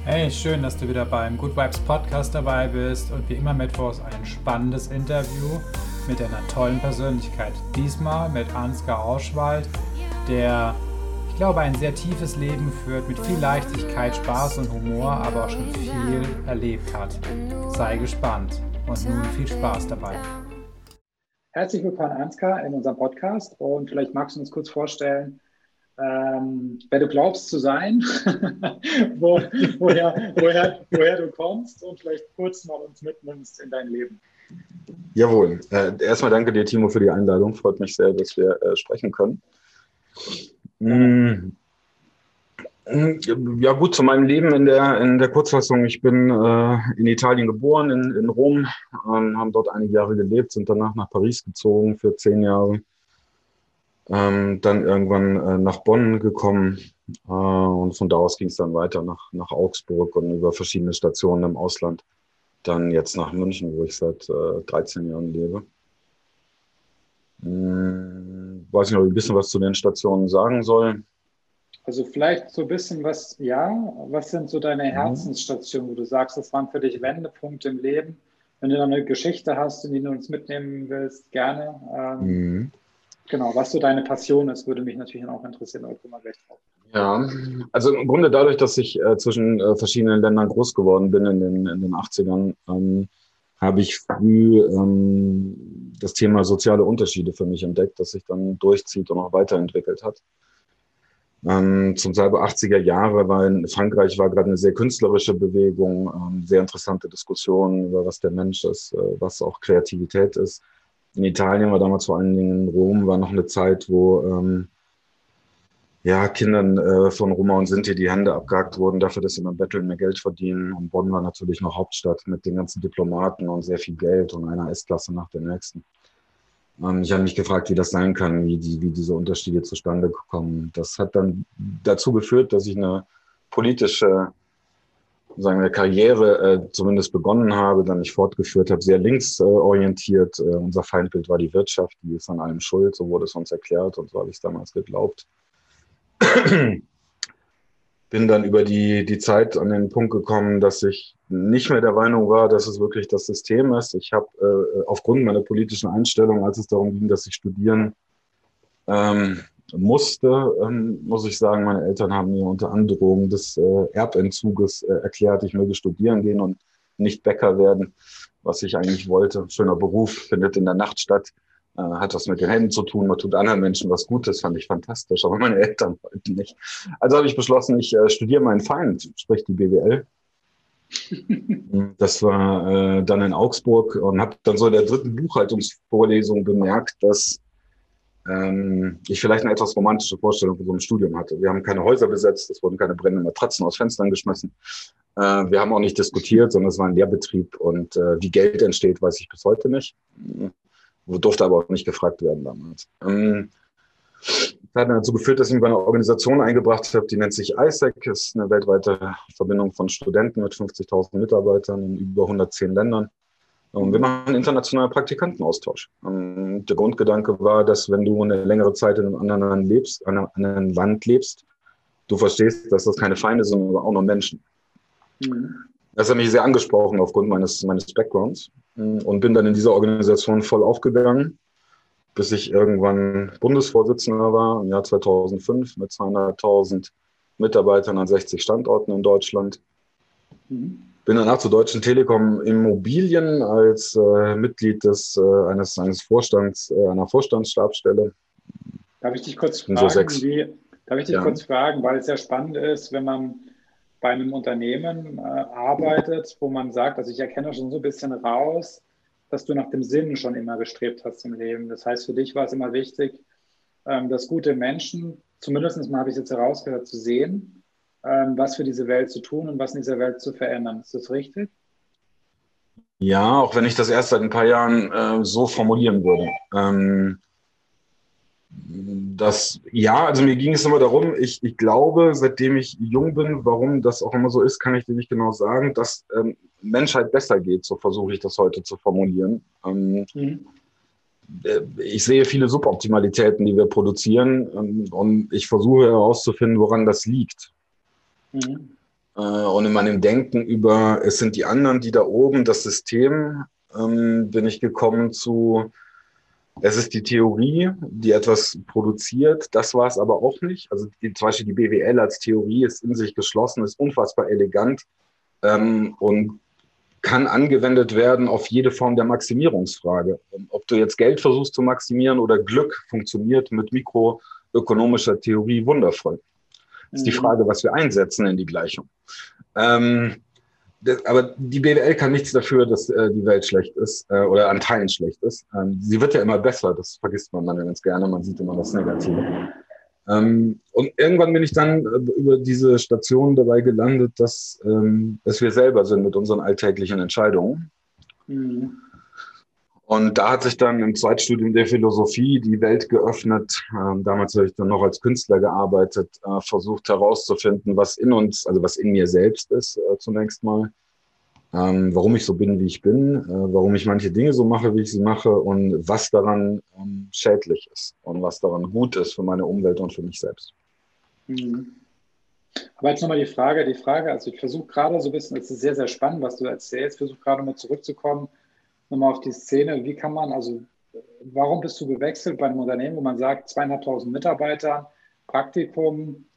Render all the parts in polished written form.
Hey, schön, dass du wieder beim Good Vibes Podcast dabei bist und wie immer mittwochs ein spannendes Interview mit einer tollen Persönlichkeit. Diesmal mit Ansgar Auschwald, der, ich glaube, ein sehr tiefes Leben führt, mit viel Leichtigkeit, Spaß und Humor, aber auch schon viel erlebt hat. Sei gespannt und nun viel Spaß dabei. Herzlich willkommen, Ansgar, in unserem Podcast. Und vielleicht magst du uns kurz vorstellen, wer du glaubst zu sein, woher du kommst und vielleicht kurz mal uns mitnimmst in dein Leben. Jawohl. Erstmal danke dir, Timo, für die Einladung. Freut mich sehr, dass wir sprechen können. Ja gut, zu meinem Leben in der Kurzfassung. Ich bin in Italien geboren, in Rom, haben dort einige Jahre gelebt, sind danach nach Paris gezogen für 10 Jahre. Dann irgendwann nach Bonn gekommen und von da aus ging es dann weiter nach Augsburg und über verschiedene Stationen im Ausland. Dann jetzt nach München, wo ich seit 13 Jahren lebe. Weiß nicht, ob ich ein bisschen was zu den Stationen sagen soll. Also vielleicht so ein bisschen was sind so deine Herzensstationen, wo du sagst, das waren für dich Wendepunkte im Leben? Wenn du da eine Geschichte hast, in die du uns mitnehmen willst, gerne. Genau, was so deine Passion ist, würde mich natürlich auch interessieren, aber kommen wir gleich drauf. Ja, also im Grunde dadurch, dass ich zwischen verschiedenen Ländern groß geworden bin in den 80ern, habe ich früh das Thema soziale Unterschiede für mich entdeckt, das sich dann durchzieht und auch weiterentwickelt hat. Zum selben 80er Jahre war in Frankreich gerade eine sehr künstlerische Bewegung, sehr interessante Diskussionen über was der Mensch ist, was auch Kreativität ist. In Italien war damals vor allen Dingen in Rom, war noch eine Zeit, wo Kindern von Roma und Sinti die Hände abgehackt wurden, dafür, dass sie beim Betteln mehr Geld verdienen. Und Bonn war natürlich noch Hauptstadt mit den ganzen Diplomaten und sehr viel Geld und einer S-Klasse nach der nächsten. Ich habe mich gefragt, wie das sein kann, wie diese Unterschiede zustande kommen. Das hat dann dazu geführt, dass ich eine politische Karriere zumindest begonnen habe, dann nicht fortgeführt habe, sehr linksorientiert. Unser Feindbild war die Wirtschaft, die ist an allem schuld, so wurde es uns erklärt und so habe ich es damals geglaubt. Bin dann über die Zeit an den Punkt gekommen, dass ich nicht mehr der Meinung war, dass es wirklich das System ist. Ich habe aufgrund meiner politischen Einstellung, als es darum ging, dass ich studieren musste, muss ich sagen, meine Eltern haben mir unter Androhung des Erbentzuges erklärt, ich möge studieren gehen und nicht Bäcker werden, was ich eigentlich wollte. Schöner Beruf, findet in der Nacht statt, hat was mit den Händen zu tun, man tut anderen Menschen was Gutes, fand ich fantastisch, aber meine Eltern wollten nicht. Also habe ich beschlossen, ich studiere meinen Feind, sprich die BWL. Das war dann in Augsburg und habe dann so in der 3. Buchhaltungsvorlesung bemerkt, dass ich vielleicht eine etwas romantische Vorstellung von so einem Studium hatte. Wir haben keine Häuser besetzt, es wurden keine brennenden Matratzen aus Fenstern geschmissen. Wir haben auch nicht diskutiert, sondern es war ein Lehrbetrieb und wie Geld entsteht, weiß ich bis heute nicht. Durfte aber auch nicht gefragt werden damals. Das hat dazu geführt, dass ich mich bei einer Organisation eingebracht habe, die nennt sich ISEC, ist eine weltweite Verbindung von Studenten mit 50.000 Mitarbeitern in über 110 Ländern. Und wir machen internationalen Praktikantenaustausch. Der Grundgedanke war, dass wenn du eine längere Zeit in einem anderen Land lebst, du verstehst, dass das keine Feinde sind, sondern auch nur Menschen. Das hat mich sehr angesprochen aufgrund meines Backgrounds und bin dann in dieser Organisation voll aufgegangen, bis ich irgendwann Bundesvorsitzender war im Jahr 2005 mit 200.000 Mitarbeitern an 60 Standorten in Deutschland. Bin danach zur Deutschen Telekom Immobilien als Mitglied einer Vorstandsstabsstelle. Darf ich dich kurz fragen, kurz fragen, weil es ja spannend ist, wenn man bei einem Unternehmen arbeitet, wo man sagt, also ich erkenne schon so ein bisschen raus, dass du nach dem Sinn schon immer gestrebt hast im Leben. Das heißt, für dich war es immer wichtig, dass gute Menschen, zumindest mal habe ich es jetzt herausgehört, zu sehen, was für diese Welt zu tun und was in dieser Welt zu verändern. Ist das richtig? Ja, auch wenn ich das erst seit ein paar Jahren so formulieren würde. Also mir ging es immer darum, ich glaube, seitdem ich jung bin, warum das auch immer so ist, kann ich dir nicht genau sagen, dass Menschheit besser geht, so versuche ich das heute zu formulieren. Ich sehe viele Suboptimalitäten, die wir produzieren und ich versuche herauszufinden, woran das liegt. Und in meinem Denken über, es sind die anderen, die da oben, das System, bin ich gekommen zu, es ist die Theorie, die etwas produziert. Das war es aber auch nicht. Also zum Beispiel die BWL als Theorie ist in sich geschlossen, ist unfassbar elegant und kann angewendet werden auf jede Form der Maximierungsfrage. Ob du jetzt Geld versuchst zu maximieren oder Glück, funktioniert mit mikroökonomischer Theorie wundervoll. Das ist die Frage, was wir einsetzen in die Gleichung. Aber die BWL kann nichts dafür, dass die Welt schlecht ist oder an Teilen schlecht ist. Sie wird ja immer besser, das vergisst man dann ganz gerne, man sieht immer das Negative. Und irgendwann bin ich dann über diese Station dabei gelandet, dass wir selber sind mit unseren alltäglichen Entscheidungen. Mhm. Und da hat sich dann im Zweitstudium der Philosophie die Welt geöffnet. Damals habe ich dann noch als Künstler gearbeitet, versucht herauszufinden, was in uns, also was in mir selbst ist, zunächst mal. Warum ich so bin, wie ich bin, warum ich manche Dinge so mache, wie ich sie mache und was daran schädlich ist und was daran gut ist für meine Umwelt und für mich selbst. Mhm. Aber jetzt nochmal die Frage, also ich versuche gerade so ein bisschen, es ist sehr, sehr spannend, was du erzählst, versuche gerade mal zurückzukommen, nochmal auf die Szene, wie kann man, also warum bist du gewechselt bei einem Unternehmen, wo man sagt, 2.500 Mitarbeiter, Praktikum,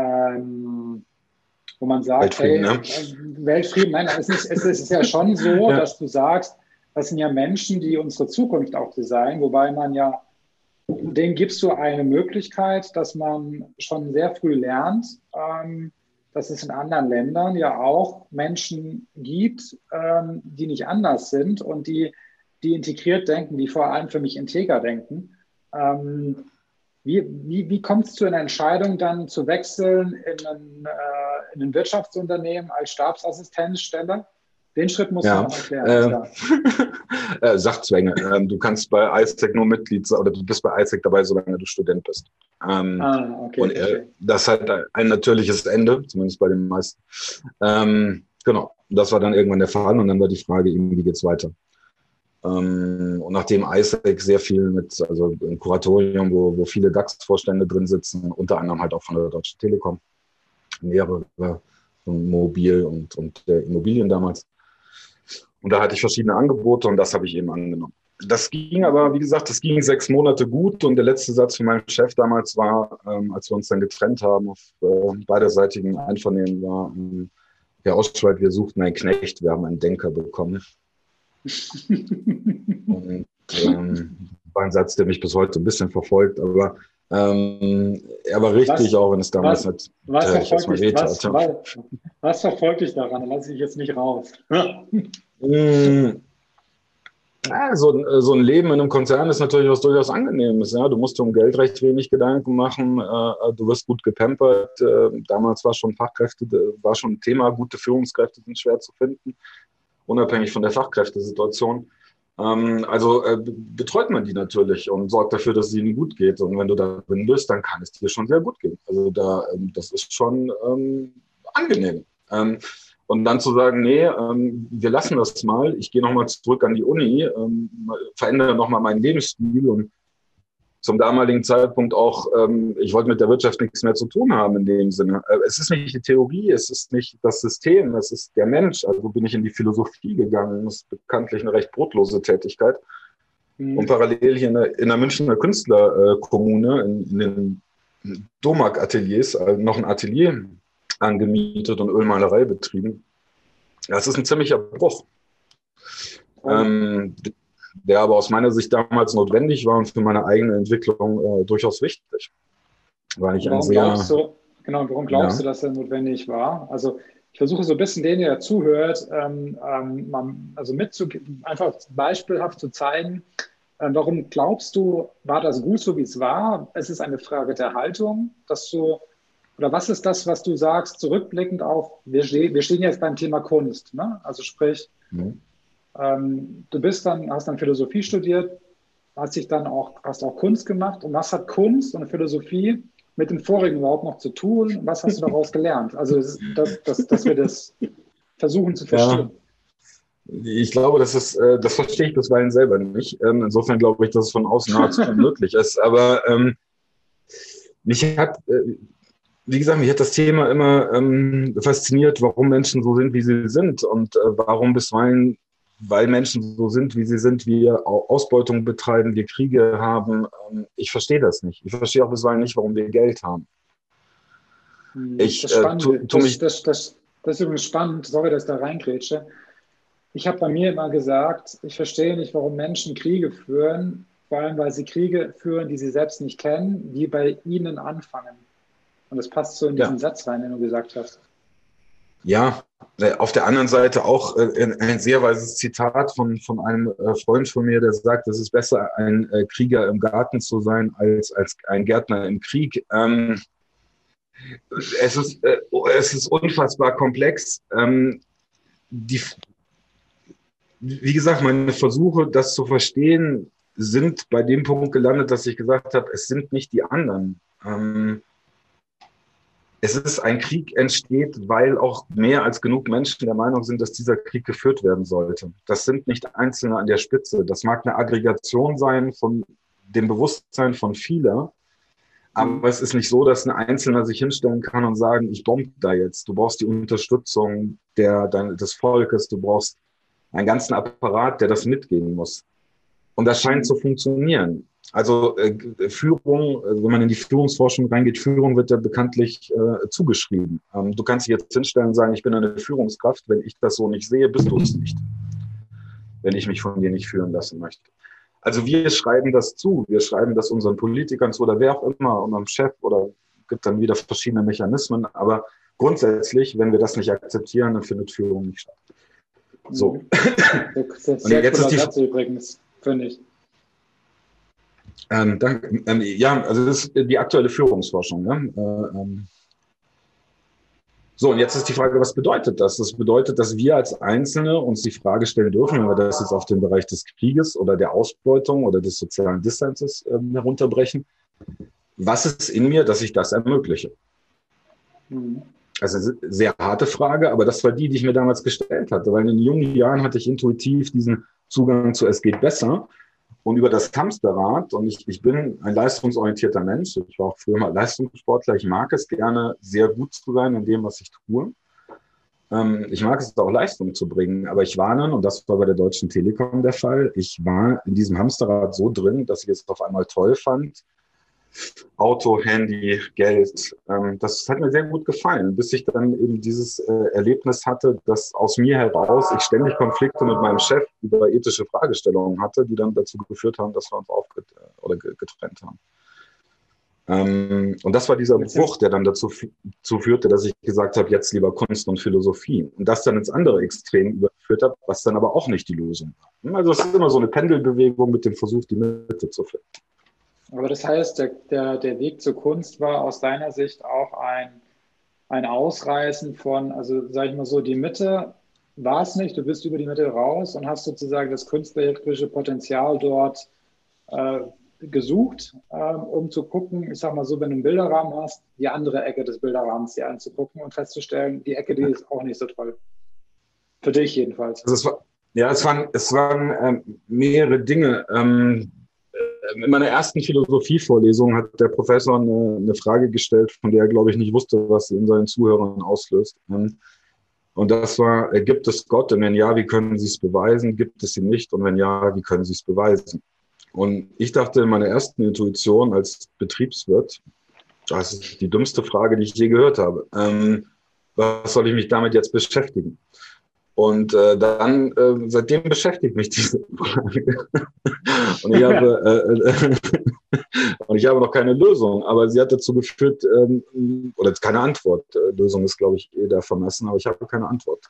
wo man sagt, Weltfrieden, hey, Weltfrieden, nein, es ist ja schon so, ja, dass du sagst, das sind ja Menschen, die unsere Zukunft auch designen, wobei man ja, denen gibst du eine Möglichkeit, dass man schon sehr früh lernt, dass es in anderen Ländern ja auch Menschen gibt, die nicht anders sind und die integriert denken, die vor allem für mich integer denken. Wie kommt es zu einer Entscheidung, dann zu wechseln in ein Wirtschaftsunternehmen als Stabsassistenzstelle? Den Schritt musst du noch erklären. Sachzwänge. Du kannst bei ISEC nur Mitglied sein oder du bist bei ISEC dabei, solange du Student bist. Okay, und das hat ein natürliches Ende, zumindest bei den meisten. Genau, das war dann irgendwann der Fall und dann war die Frage, wie geht's weiter? Und nachdem ISEC sehr viel also ein Kuratorium, wo viele DAX-Vorstände drin sitzen, unter anderem halt auch von der Deutschen Telekom, mehrere Mobil und der Immobilien damals. Und da hatte ich verschiedene Angebote und das habe ich eben angenommen. Das ging aber, wie gesagt, 6 Monate gut und der letzte Satz von meinem Chef damals war, als wir uns dann getrennt haben, auf beiderseitigen Einvernehmen war, Herr Oschwald, wir suchten einen Knecht, wir haben einen Denker bekommen. Und war ein Satz, der mich bis heute ein bisschen verfolgt, aber er war richtig, auch wenn es damals nicht was verfolgt dich daran? Dann lasse ich jetzt nicht raus. So ein Leben in einem Konzern ist natürlich was durchaus Angenehmes. Ja? Du musst um Geld recht wenig Gedanken machen. Du wirst gut gepampert. Damals war schon Fachkräfte, war schon ein Thema. Gute Führungskräfte sind schwer zu finden, unabhängig von der Fachkräftesituation. Also betreut man die natürlich und sorgt dafür, dass es ihnen gut geht. Und wenn du da drin bist, dann kann es dir schon sehr gut gehen. Also das ist schon angenehm. Und dann zu sagen, nee, wir lassen das mal. Ich gehe nochmal zurück an die Uni, verändere nochmal meinen Lebensstil und zum damaligen Zeitpunkt auch, ich wollte mit der Wirtschaft nichts mehr zu tun haben in dem Sinne. Es ist nicht die Theorie, es ist nicht das System, es ist der Mensch. Also bin ich in die Philosophie gegangen. Das ist bekanntlich eine recht brotlose Tätigkeit. Mhm. Und parallel hier in der Münchner Künstlerkommune, in den Domak-Ateliers, noch ein Atelier angemietet und Ölmalerei betrieben. Das ist ein ziemlicher Bruch. Der aber aus meiner Sicht damals notwendig war und für meine eigene Entwicklung durchaus wichtig. Weil ich warum glaubst du, dass er notwendig war? Also ich versuche so ein bisschen denen, der zuhört, einfach beispielhaft zu zeigen, warum glaubst du, war das gut so, wie es war? Es ist eine Frage der Haltung, oder was ist das, was du sagst, zurückblickend auf, wir stehen jetzt beim Thema Kunst, ne? Also sprich, du hast dann Philosophie studiert, hast auch Kunst gemacht. Und was hat Kunst und Philosophie mit dem vorigen überhaupt noch zu tun? Was hast du daraus gelernt? Also, dass wir das versuchen zu verstehen. Ja, ich glaube, das verstehe ich bisweilen selber nicht. Insofern glaube ich, dass es von außen nahezu unmöglich ist. Aber mich hat wie gesagt, mich hat das Thema immer fasziniert, warum Menschen so sind, wie sie sind und warum bisweilen, weil Menschen so sind, wie sie sind, wir Ausbeutung betreiben, wir Kriege haben. Ich verstehe das nicht. Ich verstehe auch bisweilen nicht, warum wir Geld haben. Das ist übrigens spannend, sorry, dass ich da reingrätsche. Ich habe bei mir immer gesagt, ich verstehe nicht, warum Menschen Kriege führen, vor allem, weil sie Kriege führen, die sie selbst nicht kennen, die bei ihnen anfangen. Und das passt so in diesen Satz rein, den du gesagt hast. Ja, auf der anderen Seite auch ein sehr weises Zitat von einem Freund von mir, der sagt, es ist besser, ein Krieger im Garten zu sein, als ein Gärtner im Krieg. Es ist unfassbar komplex. Wie gesagt, meine Versuche, das zu verstehen, sind bei dem Punkt gelandet, dass ich gesagt habe, es sind nicht die anderen. Es ist ein Krieg entsteht, weil auch mehr als genug Menschen der Meinung sind, dass dieser Krieg geführt werden sollte. Das sind nicht Einzelne an der Spitze. Das mag eine Aggregation sein von dem Bewusstsein von vielen. Aber es ist nicht so, dass ein Einzelner sich hinstellen kann und sagen, ich bombe da jetzt. Du brauchst die Unterstützung des Volkes. Du brauchst einen ganzen Apparat, der das mitgehen muss. Und das scheint zu funktionieren. Also Führung, wenn man in die Führungsforschung reingeht, Führung wird ja bekanntlich zugeschrieben. Du kannst dich jetzt hinstellen und sagen, ich bin eine Führungskraft. Wenn ich das so nicht sehe, bist du es nicht. Wenn ich mich von dir nicht führen lassen möchte. Also wir schreiben das zu. Wir schreiben das unseren Politikern zu oder wer auch immer, unserem Chef oder gibt dann wieder verschiedene Mechanismen. Aber grundsätzlich, wenn wir das nicht akzeptieren, dann findet Führung nicht statt. So. Das ist sehr cooler Satz übrigens, finde ich. Ja, also das ist die aktuelle Führungsforschung. Ne? So, und jetzt ist die Frage, was bedeutet das? Das bedeutet, dass wir als Einzelne uns die Frage stellen dürfen, wenn wir das jetzt auf den Bereich des Krieges oder der Ausbeutung oder des sozialen Distances herunterbrechen. Was ist in mir, dass ich das ermögliche? Also eine sehr harte Frage, aber das war die ich mir damals gestellt hatte, weil in jungen Jahren hatte ich intuitiv diesen Zugang zu Es geht besser. Und über das Hamsterrad, und ich bin ein leistungsorientierter Mensch, ich war auch früher mal Leistungssportler, ich mag es gerne, sehr gut zu sein in dem, was ich tue. Ich mag es auch, Leistung zu bringen, aber ich war dann, und das war bei der Deutschen Telekom der Fall, ich war in diesem Hamsterrad so drin, dass ich es auf einmal toll fand. Auto, Handy, Geld, das hat mir sehr gut gefallen, bis ich dann eben dieses Erlebnis hatte, dass aus mir heraus ich ständig Konflikte mit meinem Chef über ethische Fragestellungen hatte, die dann dazu geführt haben, dass wir uns getrennt haben. Und das war dieser Bruch, der dann dazu führte, dass ich gesagt habe, jetzt lieber Kunst und Philosophie. Und das dann ins andere Extrem überführt habe, was dann aber auch nicht die Lösung war. Also es ist immer so eine Pendelbewegung mit dem Versuch, die Mitte zu finden. Aber das heißt, der Weg zur Kunst war aus deiner Sicht auch ein Ausreißen von, also sage ich mal so, die Mitte war es nicht, du bist über die Mitte raus und hast sozusagen das künstlerische Potenzial dort gesucht, um zu gucken, ich sage mal so, wenn du einen Bilderrahmen hast, die andere Ecke des Bilderrahmens dir anzugucken und festzustellen, die Ecke, die ist auch nicht so toll. Für dich jedenfalls. Also es waren mehrere Dinge. In meiner ersten Philosophievorlesung hat der Professor eine Frage gestellt, von der er, glaube ich, nicht wusste, was sie in seinen Zuhörern auslöst. Und das war, gibt es Gott? Und wenn ja, wie können Sie es beweisen? Gibt es ihn nicht? Und wenn ja, wie können Sie es beweisen? Und ich dachte in meiner ersten Intuition als Betriebswirt, das ist die dümmste Frage, die ich je gehört habe. Was soll ich mich damit jetzt beschäftigen? Und seitdem beschäftigt mich diese Frage. Und ich habe noch keine Lösung, aber sie hat dazu geführt, oder keine Antwort. Lösung ist, glaube ich, da vermessen, aber ich habe keine Antwort.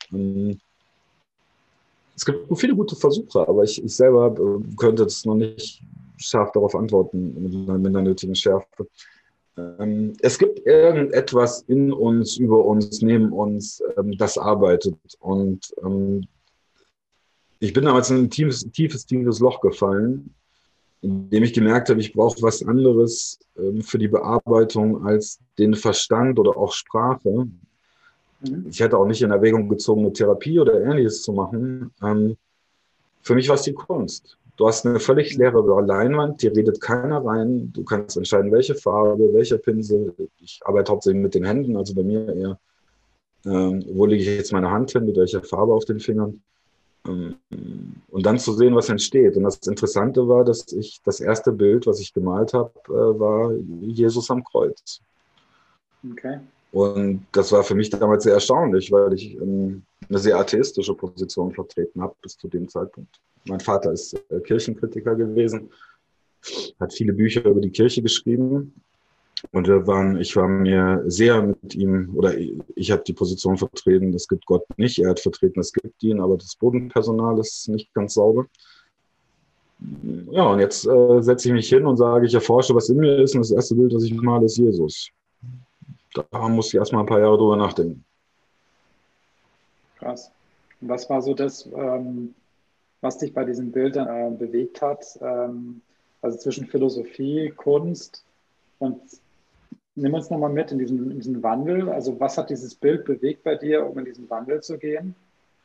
Es gibt viele gute Versuche, aber ich selber könnte jetzt noch nicht scharf darauf antworten mit einer nötigen Schärfe. Es gibt irgendetwas in uns, über uns, neben uns, das arbeitet. Und ich bin damals in ein tiefes Loch gefallen, in dem ich gemerkt habe, ich brauche was anderes für die Bearbeitung als den Verstand oder auch Sprache. Ich hätte auch nicht in Erwägung gezogen, eine Therapie oder Ähnliches zu machen. Für mich war es die Kunst. Du hast eine völlig leere Leinwand, die redet keiner rein. Du kannst entscheiden, welche Farbe, welcher Pinsel. Ich arbeite hauptsächlich mit den Händen, also bei mir eher, wo lege ich jetzt meine Hand hin, mit welcher Farbe auf den Fingern. Und dann zu sehen, was entsteht. Und das Interessante war, dass das erste Bild, was ich gemalt habe, war Jesus am Kreuz. Okay. Und das war für mich damals sehr erstaunlich, weil ich eine sehr atheistische Position vertreten habe bis zu dem Zeitpunkt. Mein Vater ist Kirchenkritiker gewesen, hat viele Bücher über die Kirche geschrieben. Und ich war mir sehr mit ihm, oder ich habe die Position vertreten, es gibt Gott nicht. Er hat vertreten, es gibt ihn, aber das Bodenpersonal ist nicht ganz sauber. Ja, und jetzt setze ich mich hin und sage, ich erforsche, was in mir ist. Und das erste Bild, das ich male, ist Jesus. Da muss ich erstmal ein paar Jahre drüber nachdenken. Krass. Und was war so das, was dich bei diesen Bildern bewegt hat? Also zwischen Philosophie, Kunst und nimm uns nochmal mit in diesen Wandel. Also was hat dieses Bild bewegt bei dir, um in diesen Wandel zu gehen?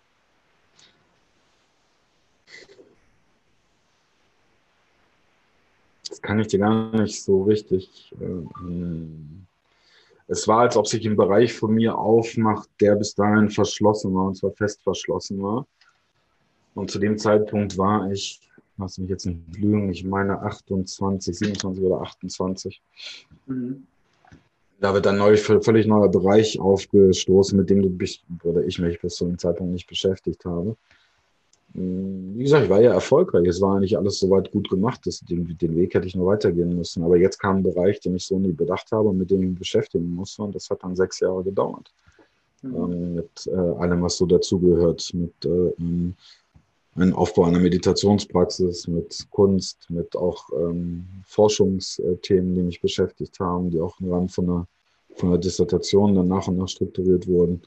Das kann ich dir gar nicht so richtig. Es war, als ob sich ein Bereich von mir aufmacht, der bis dahin verschlossen war, und zwar fest verschlossen war. Und zu dem Zeitpunkt war ich, lass mich jetzt nicht lügen, ich meine 28, 27 oder 28. Mhm. Da wird ein völlig neuer Bereich aufgestoßen, mit dem ich mich bis zu dem Zeitpunkt nicht beschäftigt habe. Wie gesagt, ich war ja erfolgreich. Es war eigentlich alles soweit gut gemacht. Den Weg hätte ich nur weitergehen müssen. Aber jetzt kam ein Bereich, den ich so nie bedacht habe und mit dem ich mich beschäftigen musste. Und das hat dann 6 Jahre gedauert. Mit allem, was so dazugehört. Mit einem Aufbau einer Meditationspraxis, mit Kunst, mit auch Forschungsthemen, die mich beschäftigt haben, die auch im Rahmen von einer Dissertation dann nach und nach strukturiert wurden.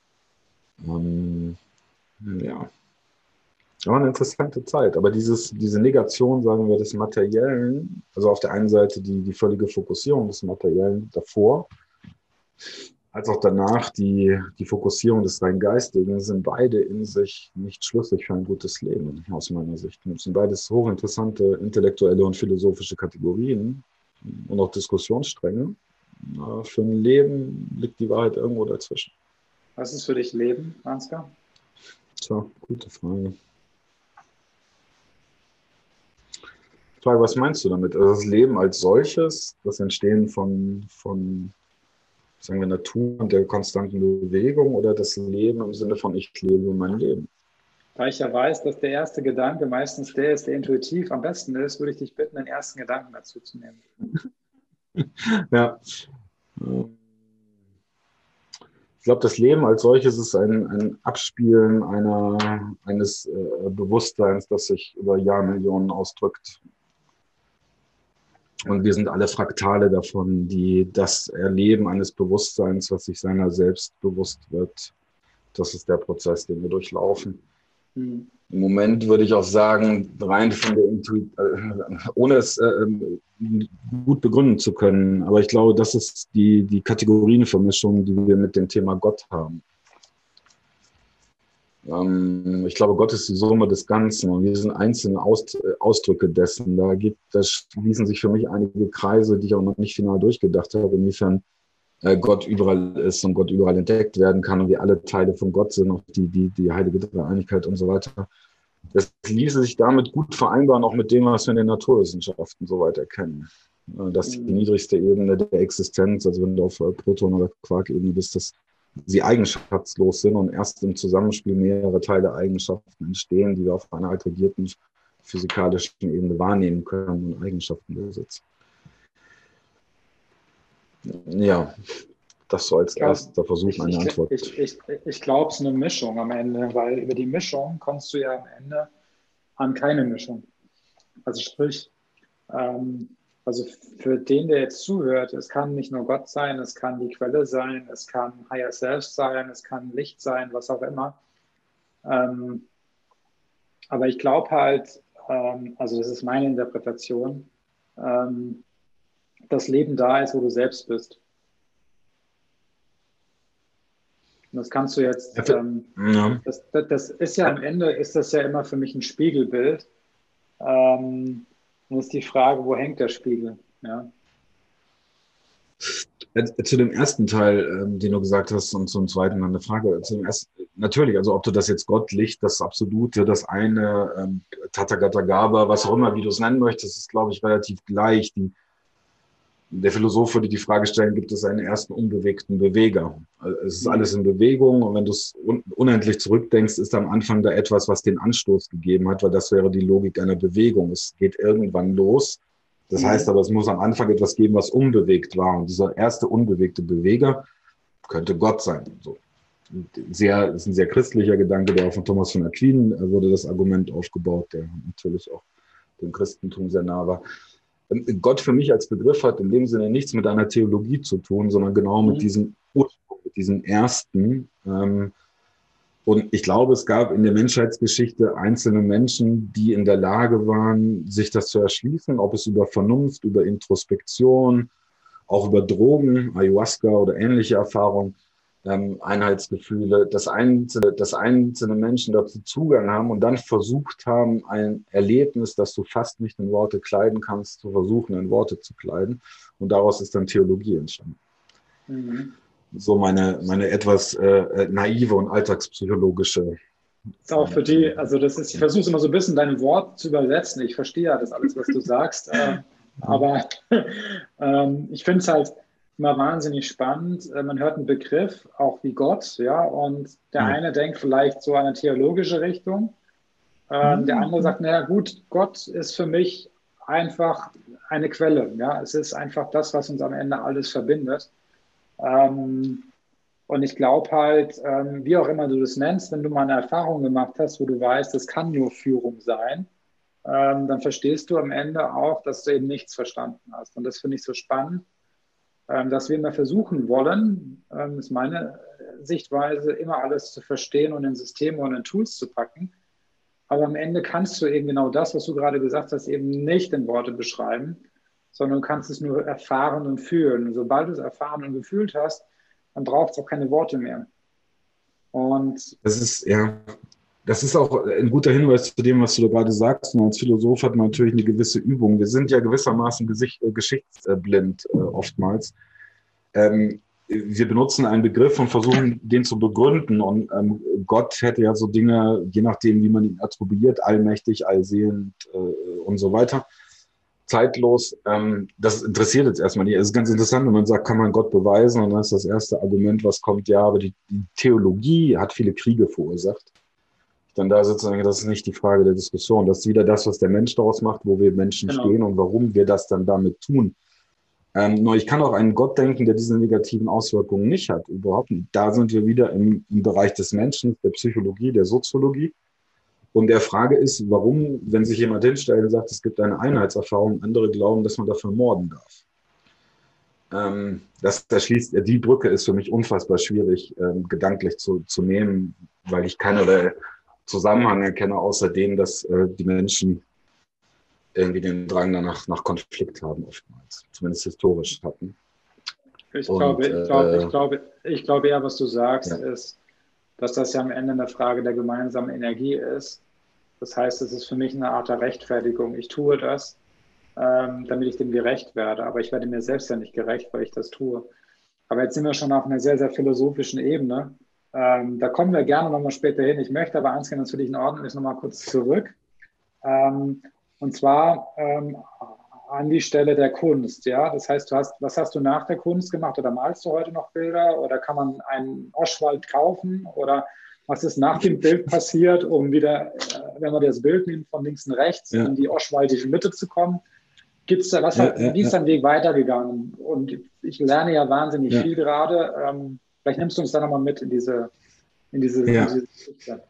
Ja. Ja, eine interessante Zeit. Aber diese Negation, sagen wir, des Materiellen, also auf der einen Seite die völlige Fokussierung des Materiellen davor, als auch danach die Fokussierung des rein Geistigen, sind beide in sich nicht schlüssig für ein gutes Leben, aus meiner Sicht. Das sind beides hochinteressante intellektuelle und philosophische Kategorien und auch Diskussionsstränge. Für ein Leben liegt die Wahrheit irgendwo dazwischen. Was ist für dich Leben, Ansgar? Tja, gute Frage. Frage, was meinst du damit? Also das Leben als solches, das Entstehen von sagen wir, Natur und der konstanten Bewegung oder das Leben im Sinne von ich lebe mein Leben? Da ich ja weiß, dass der erste Gedanke meistens der ist, der intuitiv am besten ist, würde ich dich bitten, den ersten Gedanken dazu zu nehmen. Ja. Ich glaube, das Leben als solches ist ein Abspielen eines Bewusstseins, das sich über Jahrmillionen ausdrückt. Und wir sind alle Fraktale davon, die das Erleben eines Bewusstseins, was sich seiner selbst bewusst wird. Das ist der Prozess, den wir durchlaufen. Im Moment würde ich auch sagen, rein von der Intuition, ohne es gut begründen zu können. Aber ich glaube, das ist die Kategorienvermischung, die wir mit dem Thema Gott haben. Ich glaube, Gott ist die Summe des Ganzen und wir sind einzelne Ausdrücke dessen. Da schließen sich für mich einige Kreise, die ich auch noch nicht final durchgedacht habe, inwiefern Gott überall ist und Gott überall entdeckt werden kann und wir alle Teile von Gott sind, auch die heilige Dreieinigkeit und so weiter. Das ließe sich damit gut vereinbaren, auch mit dem, was wir in den Naturwissenschaften so weit erkennen. Dass die niedrigste Ebene der Existenz, also wenn du auf Proton- oder Quark-Ebene bist, dass sie eigenschaftslos sind und erst im Zusammenspiel mehrere Teile Eigenschaften entstehen, die wir auf einer aggregierten physikalischen Ebene wahrnehmen können und Eigenschaften besitzen. Ja, das so als erster Versuch, eine Antwort. Ich glaube, es ist eine Mischung am Ende, weil über die Mischung kommst du ja am Ende an keine Mischung. Also sprich, also für den, der jetzt zuhört, es kann nicht nur Gott sein, es kann die Quelle sein, es kann Higher Self sein, es kann Licht sein, was auch immer. Aber ich glaube halt, also das ist meine Interpretation, das Leben da ist, wo du selbst bist. Und das kannst du jetzt, das ist ja am Ende, ist das ja immer für mich ein Spiegelbild Nun ist die Frage, wo hängt der Spiegel? Ja. Zu dem ersten Teil, den du gesagt hast, und zum zweiten eine Frage. Natürlich, also ob du das jetzt Gott, Licht, das Absolute, das eine, Tathagata Gaba, was auch immer, wie du es nennen möchtest, ist, glaube ich, relativ gleich. Der Philosoph würde die Frage stellen, gibt es einen ersten unbewegten Beweger? Es ist alles in Bewegung, und wenn du es unendlich zurückdenkst, ist am Anfang da etwas, was den Anstoß gegeben hat, weil das wäre die Logik einer Bewegung. Es geht irgendwann los. Das heißt aber, es muss am Anfang etwas geben, was unbewegt war. Und dieser erste unbewegte Beweger könnte Gott sein. So. Das ist ein sehr christlicher Gedanke, der auch von Thomas von Aquin wurde das Argument aufgebaut, der natürlich auch dem Christentum sehr nah war. Gott für mich als Begriff hat in dem Sinne nichts mit einer Theologie zu tun, sondern genau mit diesem Ursprung, mit diesem Ersten. Und ich glaube, es gab in der Menschheitsgeschichte einzelne Menschen, die in der Lage waren, sich das zu erschließen, ob es über Vernunft, über Introspektion, auch über Drogen, Ayahuasca oder ähnliche Erfahrungen, Einheitsgefühle, dass einzelne Menschen dazu Zugang haben und dann versucht haben, ein Erlebnis, das du fast nicht in Worte kleiden kannst, zu versuchen, in Worte zu kleiden. Und daraus ist dann Theologie entstanden. So meine etwas naive und alltagspsychologische. Ist auch für die, also ich versuche es immer so ein bisschen deine Worte zu übersetzen. Ich verstehe ja das alles, was du sagst. Aber ich finde es halt immer wahnsinnig spannend. Man hört einen Begriff, auch wie Gott, ja, und der eine denkt vielleicht so eine theologische Richtung. Der andere sagt, naja gut, Gott ist für mich einfach eine Quelle. Ja, es ist einfach das, was uns am Ende alles verbindet. Und ich glaube halt, wie auch immer du das nennst, wenn du mal eine Erfahrung gemacht hast, wo du weißt, das kann nur Führung sein, dann verstehst du am Ende auch, dass du eben nichts verstanden hast. Und das finde ich so spannend, dass wir immer versuchen wollen, ist meine Sichtweise, immer alles zu verstehen und in Systeme und in Tools zu packen. Aber am Ende kannst du eben genau das, was du gerade gesagt hast, eben nicht in Worte beschreiben, sondern du kannst es nur erfahren und fühlen. Und sobald du es erfahren und gefühlt hast, dann braucht es auch keine Worte mehr. Und das ist auch ein guter Hinweis zu dem, was du da gerade sagst. Und als Philosoph hat man natürlich eine gewisse Übung. Wir sind ja gewissermaßen geschichtsblind oftmals. Wir benutzen einen Begriff und versuchen, den zu begründen. Und Gott hätte ja so Dinge, je nachdem, wie man ihn attribuiert, allmächtig, allsehend und so weiter, zeitlos. Das interessiert jetzt erstmal nicht. Es ist ganz interessant, wenn man sagt, kann man Gott beweisen? Und dann ist das erste Argument, was kommt, ja, aber die Theologie hat viele Kriege verursacht. Dann da sozusagen, das ist nicht die Frage der Diskussion. Das ist wieder das, was der Mensch daraus macht, wo wir Menschen stehen und warum wir das dann damit tun. Nur ich kann auch einen Gott denken, der diese negativen Auswirkungen nicht hat. Überhaupt nicht. Da sind wir wieder im Bereich des Menschen, der Psychologie, der Soziologie. Und der Frage ist, warum, wenn sich jemand hinstellt und sagt, es gibt eine Einheitserfahrung, andere glauben, dass man dafür morden darf. Die Brücke ist für mich unfassbar schwierig, gedanklich zu nehmen, weil ich keinerlei Zusammenhang erkenne, außer dem, dass die Menschen irgendwie den Drang danach nach Konflikt haben, oftmals, zumindest historisch hatten. Ich glaube eher, was du sagst, ist, dass das ja am Ende eine Frage der gemeinsamen Energie ist. Das heißt, es ist für mich eine Art der Rechtfertigung. Ich tue das, damit ich dem gerecht werde. Aber ich werde mir selbst ja nicht gerecht, weil ich das tue. Aber jetzt sind wir schon auf einer sehr, sehr philosophischen Ebene. Da kommen wir gerne nochmal später hin. Ich möchte aber eins, wenn das für dich in Ordnung ist, nochmal kurz zurück. Und zwar an die Stelle der Kunst. Ja? Das heißt, was hast du nach der Kunst gemacht? Oder malst du heute noch Bilder? Oder kann man einen Oschwald kaufen? Oder was ist nach dem Bild passiert, um wieder, wenn wir das Bild nehmen, von links und rechts in die oschwaldische Mitte zu kommen? Gibt's da wie ist dein Weg weitergegangen? Und ich lerne ja wahnsinnig viel gerade. Vielleicht nimmst du uns da nochmal mit in diese Geschichte.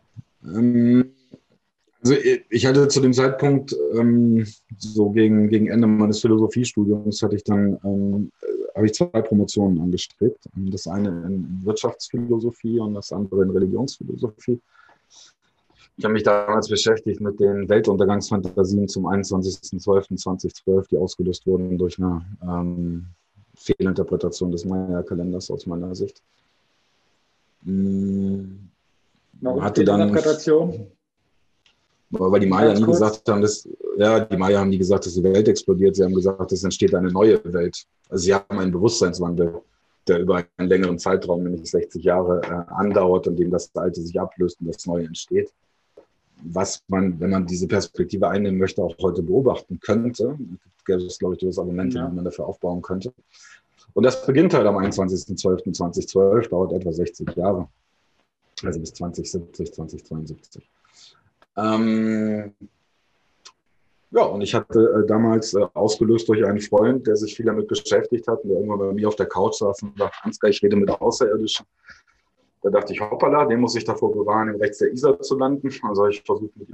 Also ich hatte zu dem Zeitpunkt, so gegen Ende meines Philosophiestudiums, habe ich 2 Promotionen angestrebt. Das eine in Wirtschaftsphilosophie und das andere in Religionsphilosophie. Ich habe mich damals beschäftigt mit den Weltuntergangsfantasien zum 21.12.2012, die ausgelöst wurden durch eine Fehlinterpretation des Maya-Kalenders aus meiner Sicht. Warum Fehlinterpretation? Weil die Maya nie gesagt haben, die Maya haben nie gesagt, dass die Welt explodiert. Sie haben gesagt, es entsteht eine neue Welt. Also sie haben einen Bewusstseinswandel, der über einen längeren Zeitraum, nämlich 60 Jahre, andauert, in dem das Alte sich ablöst und das Neue entsteht. Was man, wenn man diese Perspektive einnehmen möchte, auch heute beobachten könnte. Das ist, glaube ich, das Argument, die man dafür aufbauen könnte. Und das beginnt halt am 21.12.2012, dauert etwa 60 Jahre. Also bis 2070, 2072. Ja, und ich hatte damals ausgelöst durch einen Freund, der sich viel damit beschäftigt hat und der irgendwann bei mir auf der Couch saß und sagte, Ansgar, ich rede mit Außerirdischen. Da dachte ich, hoppala, den muss ich davor bewahren, rechts der Isar zu landen. Also habe ich versucht, mit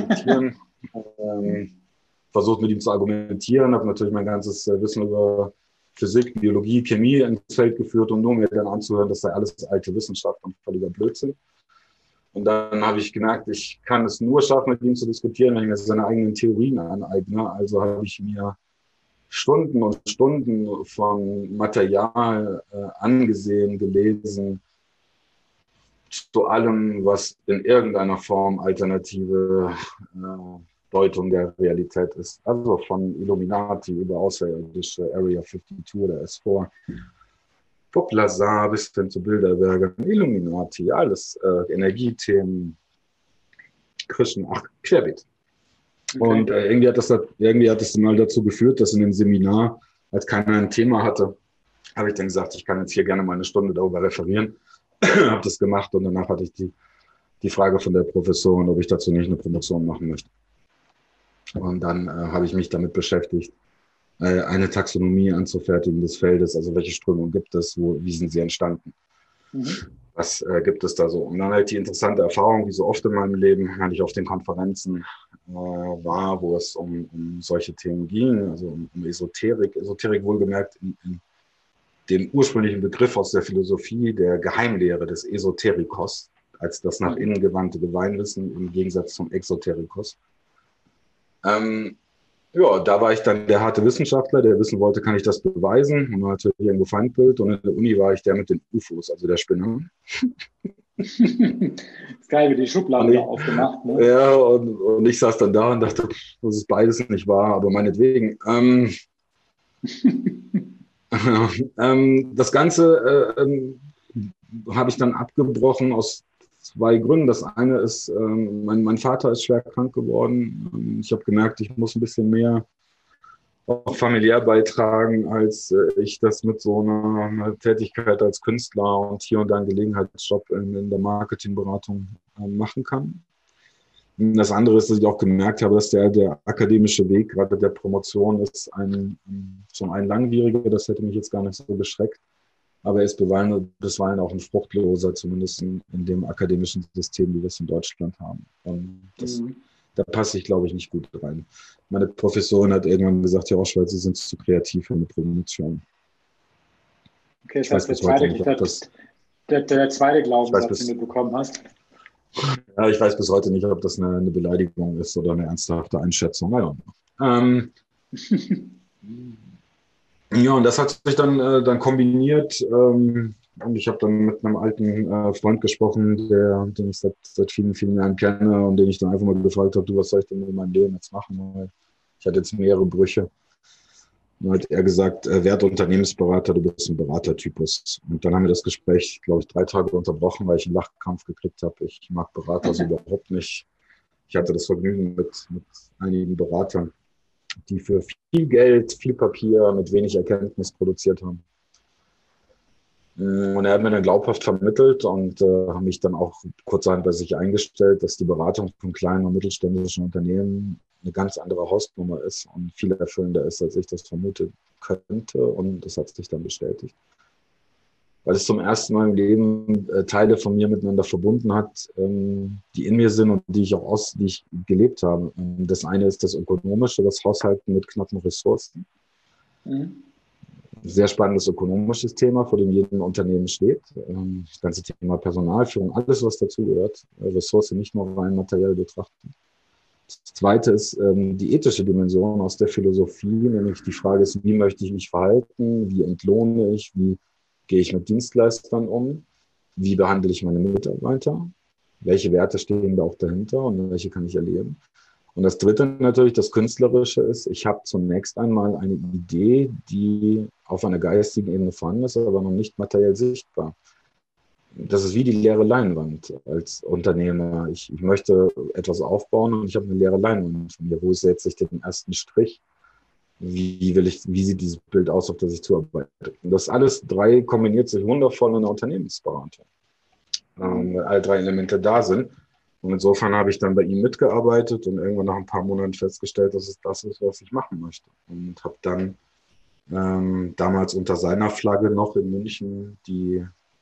ihm zu argumentieren. Habe natürlich mein ganzes Wissen über Physik, Biologie, Chemie ins Feld geführt, um nur mir dann anzuhören, das sei alles alte Wissenschaft und völliger Blödsinn. Und dann habe ich gemerkt, ich kann es nur schaffen, mit ihm zu diskutieren, wenn ich mir seine eigenen Theorien aneigne. Also habe ich mir Stunden und Stunden von Material angesehen, gelesen, zu allem, was in irgendeiner Form alternative Deutung der Realität ist. Also von Illuminati über außerirdische Area 52 oder S4, Bob Lazar bis hin zu Bilderberger, Illuminati, alles Energiethemen, Krishna, querbeet. Okay. Und irgendwie hat das mal dazu geführt, dass in dem Seminar, als keiner ein Thema hatte, habe ich dann gesagt, ich kann jetzt hier gerne mal eine Stunde darüber referieren. Habe das gemacht und danach hatte ich die Frage von der Professorin, ob ich dazu nicht eine Promotion machen möchte. Und dann habe ich mich damit beschäftigt, eine Taxonomie anzufertigen des Feldes, also welche Strömungen gibt es, wie sind sie entstanden, was gibt es da so. Und dann halt die interessante Erfahrung, wie so oft in meinem Leben, wenn ich auf den Konferenzen war, wo es um solche Themen ging, also um Esoterik wohlgemerkt in dem ursprünglichen Begriff aus der Philosophie der Geheimlehre des Esoterikos, als das nach innen gewandte Gemeinwissen im Gegensatz zum Exoterikos. Ja, da war ich dann der harte Wissenschaftler, der wissen wollte, kann ich das beweisen? Und natürlich ein Feindbild. Und in der Uni war ich der mit den UFOs, also der Spinner. Ist geil, wie die Schublade aufgemacht. Ne? Ja, und ich saß dann da und dachte, das ist beides nicht wahr, aber meinetwegen. Das Ganze habe ich dann abgebrochen aus 2 Gründen. Das eine ist, mein Vater ist schwer krank geworden. Ich habe gemerkt, ich muss ein bisschen mehr auch familiär beitragen, als ich das mit so einer Tätigkeit als Künstler und hier und da einen Gelegenheitsjob in der Marketingberatung machen kann. Das andere ist, dass ich auch gemerkt habe, dass der akademische Weg, gerade der Promotion, ist zum einen langwieriger, das hätte mich jetzt gar nicht so beschreckt, aber er ist bisweilen auch ein fruchtloser, zumindest in dem akademischen System, wie wir es in Deutschland haben. Und da passe ich, glaube ich, nicht gut rein. Meine Professorin hat irgendwann gesagt, ja, Oschwald, Sie sind zu kreativ für eine Promotion. Okay, das heißt, der zweite Glaubenssatz, den du bekommen hast. Ja, ich weiß bis heute nicht, ob das eine Beleidigung ist oder eine ernsthafte Einschätzung. Naja. Ja, und das hat sich dann kombiniert. Und ich habe dann mit einem alten Freund gesprochen, den ich seit vielen, vielen Jahren kenne und den ich dann einfach mal gefragt habe, du, was soll ich denn in meinem Leben jetzt machen? Weil ich hatte jetzt mehrere Brüche. Und dann hat er gesagt, werte Unternehmensberater, du bist ein Beratertypus. Und dann haben wir das Gespräch, glaube ich, 3 Tage unterbrochen, weil ich einen Lachkampf gekriegt habe. Ich mag Berater so überhaupt nicht. Ich hatte das Vergnügen mit einigen Beratern, die für viel Geld, viel Papier, mit wenig Erkenntnis produziert haben. Und er hat mir dann glaubhaft vermittelt und mich dann auch kurzerhand bei sich eingestellt, dass die Beratung von kleinen und mittelständischen Unternehmen eine ganz andere Hausnummer ist und viel erfüllender ist, als ich das vermuten könnte. Und das hat sich dann bestätigt. Weil es zum ersten Mal im Leben Teile von mir miteinander verbunden hat, die in mir sind und die ich gelebt habe. Das eine ist das Ökonomische, das Haushalten mit knappen Ressourcen. Sehr spannendes ökonomisches Thema, vor dem jedem Unternehmen steht. Das ganze Thema Personalführung, alles, was dazugehört. Ressource nicht nur rein materiell betrachten. Das zweite ist die ethische Dimension aus der Philosophie, nämlich die Frage ist, wie möchte ich mich verhalten, wie entlohne ich, wie gehe ich mit Dienstleistern um, wie behandle ich meine Mitarbeiter welche Werte stehen da auch dahinter und welche kann ich erleben. Und das Dritte natürlich, das Künstlerische ist, ich habe zunächst einmal eine Idee, die auf einer geistigen Ebene vorhanden ist, aber noch nicht materiell sichtbar. Das ist wie die leere Leinwand als Unternehmer. Ich möchte etwas aufbauen und ich habe eine leere Leinwand von mir. Wo setze ich den ersten Strich? Wie sieht dieses Bild aus, auf das ich zuarbeite? Und das alles drei kombiniert sich wundervoll in der Unternehmensberatung, weil alle drei Elemente da sind. Und insofern habe ich dann bei ihm mitgearbeitet und irgendwann nach ein paar Monaten festgestellt, dass es das ist, was ich machen möchte. Und habe dann damals unter seiner Flagge noch in München die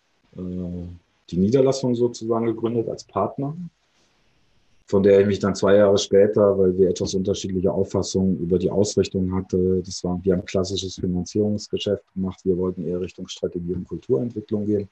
Niederlassung sozusagen gegründet als Partner, von der ich mich dann 2 Jahre später, weil wir etwas unterschiedliche Auffassungen über die Ausrichtung hatten, wir haben klassisches Finanzierungsgeschäft gemacht, wir wollten eher Richtung Strategie und Kulturentwicklung gehen.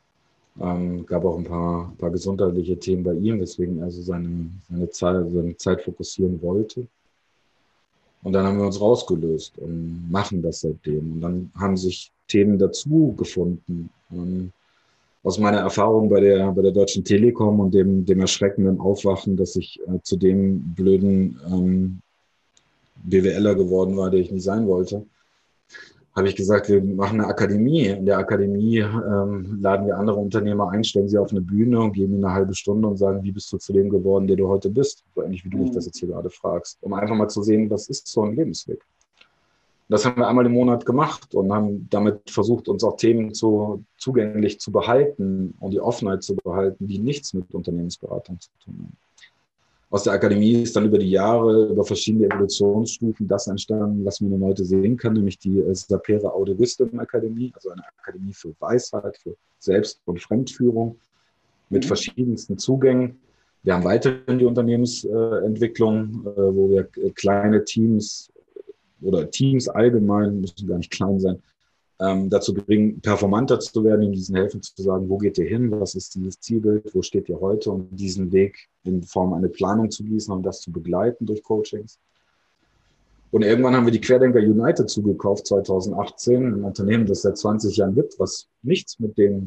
Gab auch ein paar gesundheitliche Themen bei ihm, weswegen er so seine Zeit fokussieren wollte. Und dann haben wir uns rausgelöst und machen das seitdem. Und dann haben sich Themen dazu gefunden. Aus meiner Erfahrung bei der Deutschen Telekom und dem erschreckenden Aufwachen, dass ich zu dem blöden BWLer geworden war, der ich nie sein wollte, habe ich gesagt, wir machen eine Akademie. In der Akademie laden wir andere Unternehmer ein, stellen sie auf eine Bühne und geben ihnen eine halbe Stunde und sagen, wie bist du zu dem geworden, der du heute bist? So ähnlich wie du mich das jetzt hier gerade fragst. Um einfach mal zu sehen, was ist so ein Lebensweg. Das haben wir einmal im Monat gemacht und haben damit versucht, uns auch Themen zugänglich zu behalten und die Offenheit zu behalten, die nichts mit Unternehmensberatung zu tun haben. Aus der Akademie ist dann über die Jahre, über verschiedene Evolutionsstufen das entstanden, was man heute sehen kann, nämlich die Sapere Aude Wisdom Akademie, also eine Akademie für Weisheit, für Selbst- und Fremdführung mit verschiedensten Zugängen. Wir haben weiterhin die Unternehmensentwicklung, wo wir kleine Teams oder Teams allgemein, müssen gar nicht klein sein, dazu bringen, performanter zu werden, ihnen diesen helfen zu sagen, wo geht ihr hin, was ist dieses Zielbild, wo steht ihr heute und diesen Weg in Form einer Planung zu gießen und das zu begleiten durch Coachings. Und irgendwann haben wir die Querdenker United zugekauft, 2018, ein Unternehmen, das seit 20 Jahren gibt, was nichts mit dem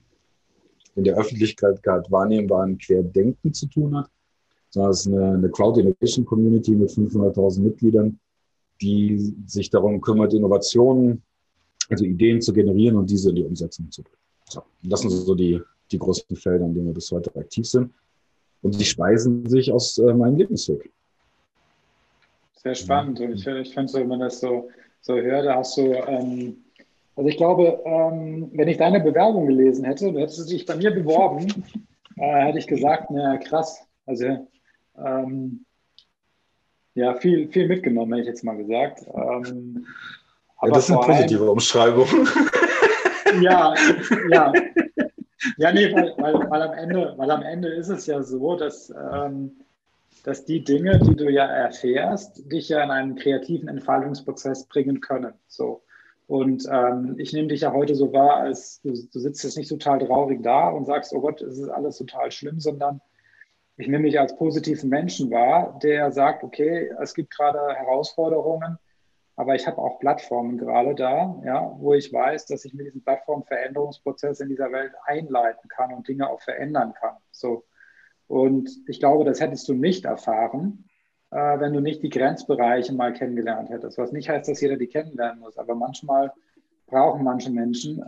in der Öffentlichkeit gerade wahrnehmbaren Querdenken zu tun hat, sondern es ist eine Crowd Innovation Community mit 500.000 Mitgliedern, die sich darum kümmert, Innovationen, also Ideen zu generieren und diese in die Umsetzung zu bringen. So, das sind so die großen Felder, in denen wir bis heute aktiv sind. Und die speisen sich aus meinem Lebensweg. Sehr spannend. Und ich finde, wenn man das so hört, da hast du, also ich glaube, wenn ich deine Bewerbung gelesen hätte, du hättest dich bei mir beworben, hätte ich gesagt, na krass, also ja, viel mitgenommen, hätte ich jetzt mal gesagt. Aber das sind positive Umschreibungen. Ja, nee, weil am Ende ist es ja so, dass die Dinge, die du ja erfährst, dich ja in einen kreativen Entfaltungsprozess bringen können. So. Und ich nehme dich ja heute so wahr, als du sitzt jetzt nicht total traurig da und sagst, oh Gott, es ist alles total schlimm, sondern ich nehme dich als positiven Menschen wahr, der sagt, okay, es gibt gerade Herausforderungen, aber ich habe auch Plattformen gerade da, ja, wo ich weiß, dass ich mit diesem Plattform-Veränderungsprozess in dieser Welt einleiten kann und Dinge auch verändern kann. So. Und ich glaube, das hättest du nicht erfahren, wenn du nicht die Grenzbereiche mal kennengelernt hättest. Was nicht heißt, dass jeder die kennenlernen muss, aber manchmal brauchen manche Menschen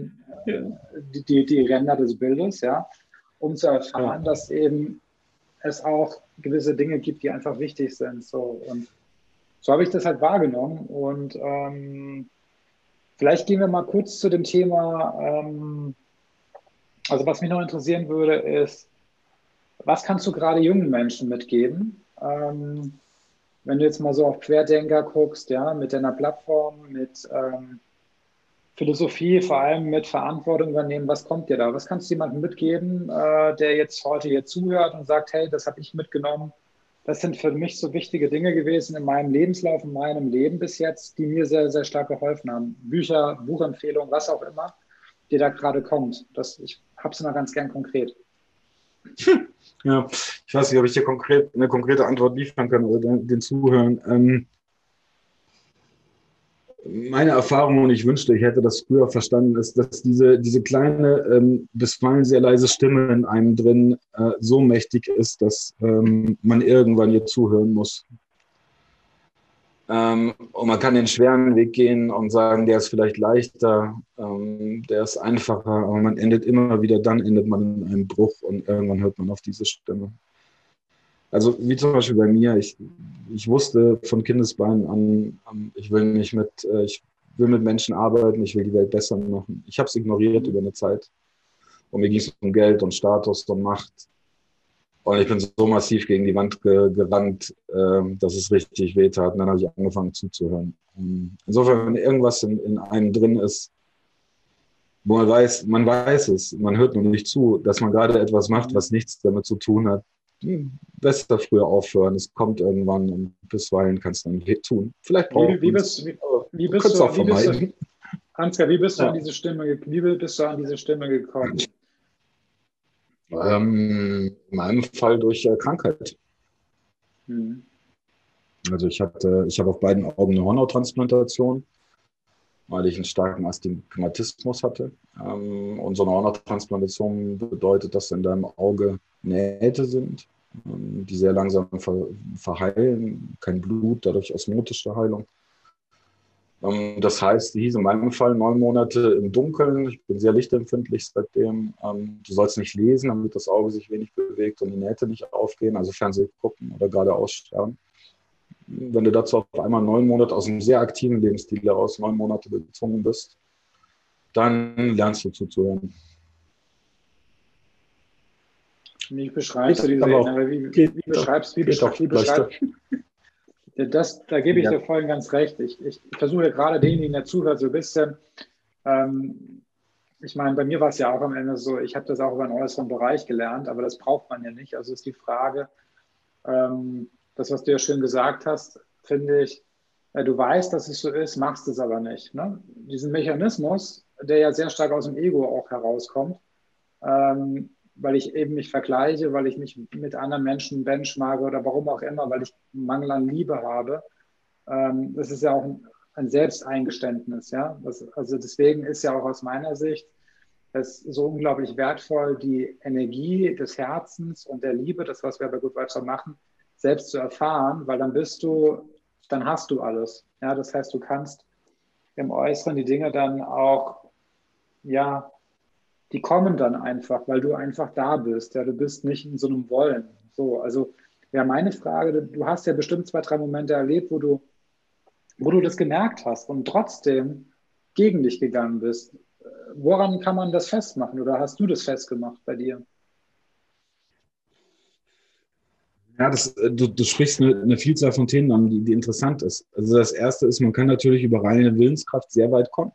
die Ränder des Bildes, ja, um zu erfahren, dass eben es auch gewisse Dinge gibt, die einfach wichtig sind. So. Und so habe ich das halt wahrgenommen. Und vielleicht gehen wir mal kurz zu dem Thema, also was mich noch interessieren würde, ist, was kannst du gerade jungen Menschen mitgeben? Wenn du jetzt mal so auf Querdenker guckst, ja, mit deiner Plattform, mit Philosophie, vor allem mit Verantwortung übernehmen, was kommt dir da? Was kannst du jemandem mitgeben, der jetzt heute hier zuhört und sagt, hey, das habe ich mitgenommen. Das sind für mich so wichtige Dinge gewesen in meinem Lebenslauf, in meinem Leben bis jetzt, die mir sehr, sehr stark geholfen haben. Bücher, Buchempfehlungen, was auch immer, die da gerade kommt. Ich habe es immer ganz gern konkret. Ja, ich weiß nicht, ob ich dir eine konkrete Antwort liefern kann oder den Zuhörern. meine Erfahrung, und ich wünschte, ich hätte das früher verstanden, ist, dass diese kleine, bisweilen sehr leise Stimme in einem drin so mächtig ist, dass man irgendwann ihr zuhören muss. Und man kann den schweren Weg gehen und sagen, der ist vielleicht leichter, der ist einfacher, aber man endet immer wieder, dann endet man in einem Bruch und irgendwann hört man auf diese Stimme. Also wie zum Beispiel bei mir, ich wusste von Kindesbeinen an, ich will mit Menschen arbeiten, ich will die Welt besser machen. Ich habe es ignoriert über eine Zeit. Und mir ging es um Geld und Status und Macht. Und ich bin so massiv gegen die Wand gerannt, dass es richtig wehtat. Und dann habe ich angefangen zuzuhören. Insofern, wenn irgendwas in einem drin ist, wo man weiß es, man hört nur nicht zu, dass man gerade etwas macht, was nichts damit zu tun hat, besser früher aufhören. Es kommt irgendwann und bisweilen kann es dann tun. Vielleicht wie bist du, Ansgar, wie bist du an diese Stimme gekommen? In meinem Fall durch Krankheit. Also ich habe auf beiden Augen eine Hornhauttransplantation, weil ich einen starken Astigmatismus hatte. Und so eine Hornhauttransplantation bedeutet, dass in deinem Auge Nähte sind, die sehr langsam verheilen, kein Blut, dadurch osmotische Heilung. Das heißt, die hieß in meinem Fall 9 Monate im Dunkeln. Ich bin sehr lichtempfindlich seitdem. Du sollst nicht lesen, damit das Auge sich wenig bewegt und die Nähte nicht aufgehen, also Fernsehen gucken oder geradeaus starren. Wenn du dazu auf einmal 9 Monate aus einem sehr aktiven Lebensstil heraus 9 Monate gezwungen bist, dann lernst du zuzuhören. Wie beschreibst du diese Da gebe ich dir voll ganz recht. Ich versuche gerade denen, der zuhört, so ein bisschen, ich meine, bei mir war es ja auch am Ende so, ich habe das auch über einen äußeren Bereich gelernt, aber das braucht man ja nicht. Also ist die Frage, das, was du ja schön gesagt hast, finde ich, du weißt, dass es so ist, machst es aber nicht. Ne? Diesen Mechanismus, der ja sehr stark aus dem Ego auch herauskommt, weil ich eben mich vergleiche, weil ich mich mit anderen Menschen benchmarke oder warum auch immer, weil ich Mangel an Liebe habe. Das ist ja auch ein Selbsteingeständnis. Ja? Also deswegen ist ja auch aus meiner Sicht es so unglaublich wertvoll, die Energie des Herzens und der Liebe, das, was wir bei Good Vibes machen, selbst zu erfahren, weil dann hast du alles. Ja? Das heißt, du kannst im Äußeren die Dinge dann auch, ja, die kommen dann einfach, weil du einfach da bist. Ja, du bist nicht in so einem Wollen. So, also, ja, meine Frage, du hast ja bestimmt 2, 3 Momente erlebt, wo du das gemerkt hast und trotzdem gegen dich gegangen bist. Woran kann man das festmachen oder hast du das festgemacht bei dir? Ja, du sprichst eine Vielzahl von Themen an, die interessant ist. Also das Erste ist, man kann natürlich über reine Willenskraft sehr weit kommen.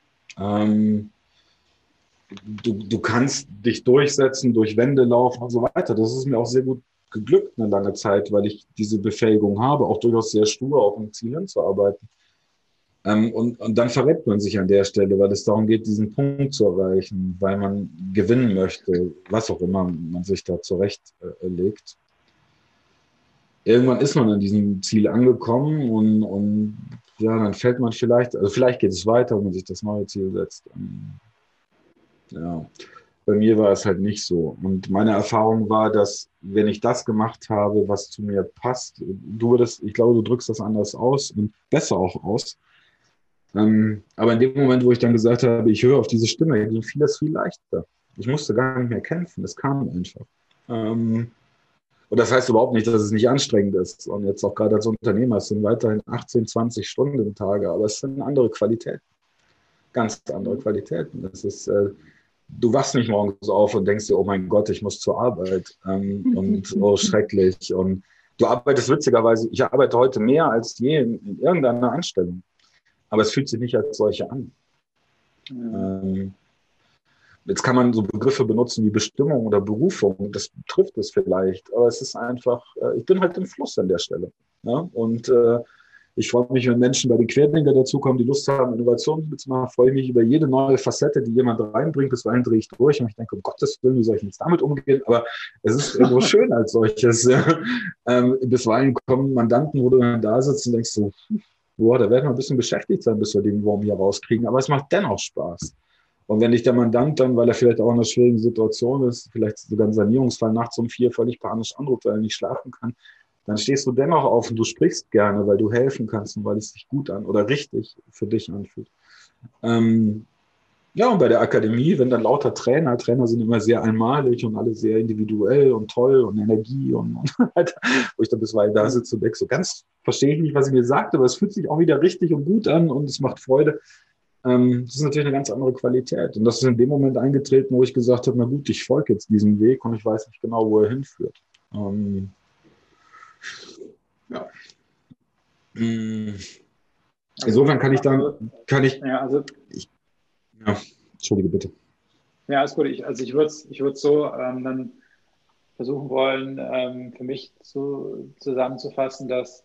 Du kannst dich durchsetzen, durch Wände laufen und so weiter. Das ist mir auch sehr gut geglückt eine lange Zeit, weil ich diese Befähigung habe, auch durchaus sehr stur auf ein Ziel hinzuarbeiten. Und dann verrät man sich an der Stelle, weil es darum geht, diesen Punkt zu erreichen, weil man gewinnen möchte, was auch immer man sich da zurechtlegt. Irgendwann ist man an diesem Ziel angekommen und ja, dann fällt man vielleicht geht es weiter, wenn man sich das neue Ziel setzt. Ja, bei mir war es halt nicht so. Und meine Erfahrung war, dass, wenn ich das gemacht habe, was zu mir passt, ich glaube, du drückst das anders aus und besser auch aus. Aber in dem Moment, wo ich dann gesagt habe, ich höre auf diese Stimme, ging vieles viel leichter. Ich musste gar nicht mehr kämpfen, es kam einfach. Und das heißt überhaupt nicht, dass es nicht anstrengend ist. Und jetzt auch gerade als Unternehmer, es sind weiterhin 18, 20 Stunden Tage, aber es sind andere Qualitäten. Ganz andere Qualitäten. Das ist, du wachst nicht morgens auf und denkst dir, oh mein Gott, ich muss zur Arbeit und oh, schrecklich. Und du arbeitest witzigerweise, ich arbeite heute mehr als je in irgendeiner Anstellung. Aber es fühlt sich nicht als solche an. Ja. Jetzt kann man so Begriffe benutzen wie Bestimmung oder Berufung. Das trifft es vielleicht. Aber es ist einfach, ich bin halt im Fluss an der Stelle. Ja? Und ich freue mich, wenn Menschen bei den Querdenker dazukommen, die Lust haben, Innovationen mitzumachen. Freue ich mich über jede neue Facette, die jemand reinbringt. Bisweilen drehe ich durch und ich denke, um Gottes Willen, wie soll ich jetzt damit umgehen? Aber es ist irgendwo schön als solches. Bisweilen kommen Mandanten, wo du dann da sitzt und denkst so, boah, da werden wir ein bisschen beschäftigt sein, bis wir den Wurm hier rauskriegen, aber es macht dennoch Spaß. Und wenn dich der Mandant dann, weil er vielleicht auch in einer schwierigen Situation ist, vielleicht sogar ein Sanierungsfall nachts um 4 völlig panisch anruft, weil er nicht schlafen kann, dann stehst du dennoch auf und du sprichst gerne, weil du helfen kannst und weil es sich gut an oder richtig für dich anfühlt. Ja, und bei der Akademie, wenn dann lauter Trainer sind immer sehr einmalig und alle sehr individuell und toll und Energie und wo ich dann bisweilen da sitze und denke, so ganz verstehe ich nicht, was sie mir sagt, aber es fühlt sich auch wieder richtig und gut an und es macht Freude. Das ist natürlich eine ganz andere Qualität. Und das ist in dem Moment eingetreten, wo ich gesagt habe, na gut, ich folge jetzt diesem Weg und ich weiß nicht genau, wo er hinführt. Ja. Insofern kann ich dann, ja, entschuldige bitte. Ja, ist gut. Ich würde so dann versuchen wollen, für mich zusammenzufassen, dass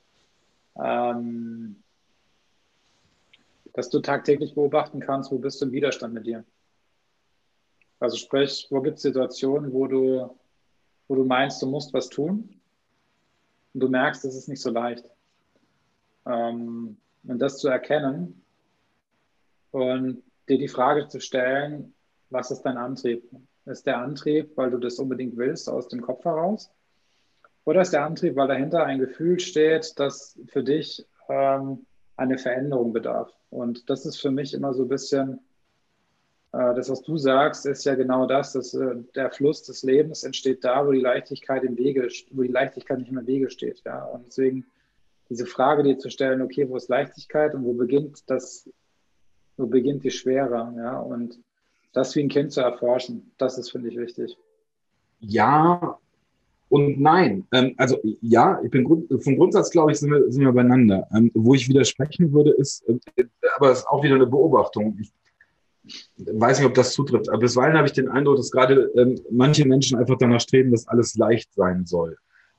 du tagtäglich beobachten kannst, wo bist du im Widerstand mit dir. Also sprich, wo gibt es Situationen, wo du meinst, du musst was tun und du merkst, es ist nicht so leicht. Und das zu erkennen und dir die Frage zu stellen, was ist dein Antrieb? Ist der Antrieb, weil du das unbedingt willst, aus dem Kopf heraus? Oder ist der Antrieb, weil dahinter ein Gefühl steht, das für dich eine Veränderung bedarf? Und das ist für mich immer so ein bisschen, das, was du sagst, ist ja genau das, dass der Fluss des Lebens entsteht da, wo die Leichtigkeit nicht mehr im Wege steht. Ja? Und deswegen diese Frage dir zu stellen, okay, wo ist Leichtigkeit und wo beginnt die Schwere? Ja? Und das wie ein Kind zu erforschen, das ist, finde ich, wichtig. Ja und nein. Also ja, ich bin vom Grundsatz, glaube ich, sind wir beieinander. Wo ich widersprechen würde, ist, aber es ist auch wieder eine Beobachtung. Ich weiß nicht, ob das zutrifft, aber bisweilen habe ich den Eindruck, dass gerade manche Menschen einfach danach streben, dass alles leicht sein soll.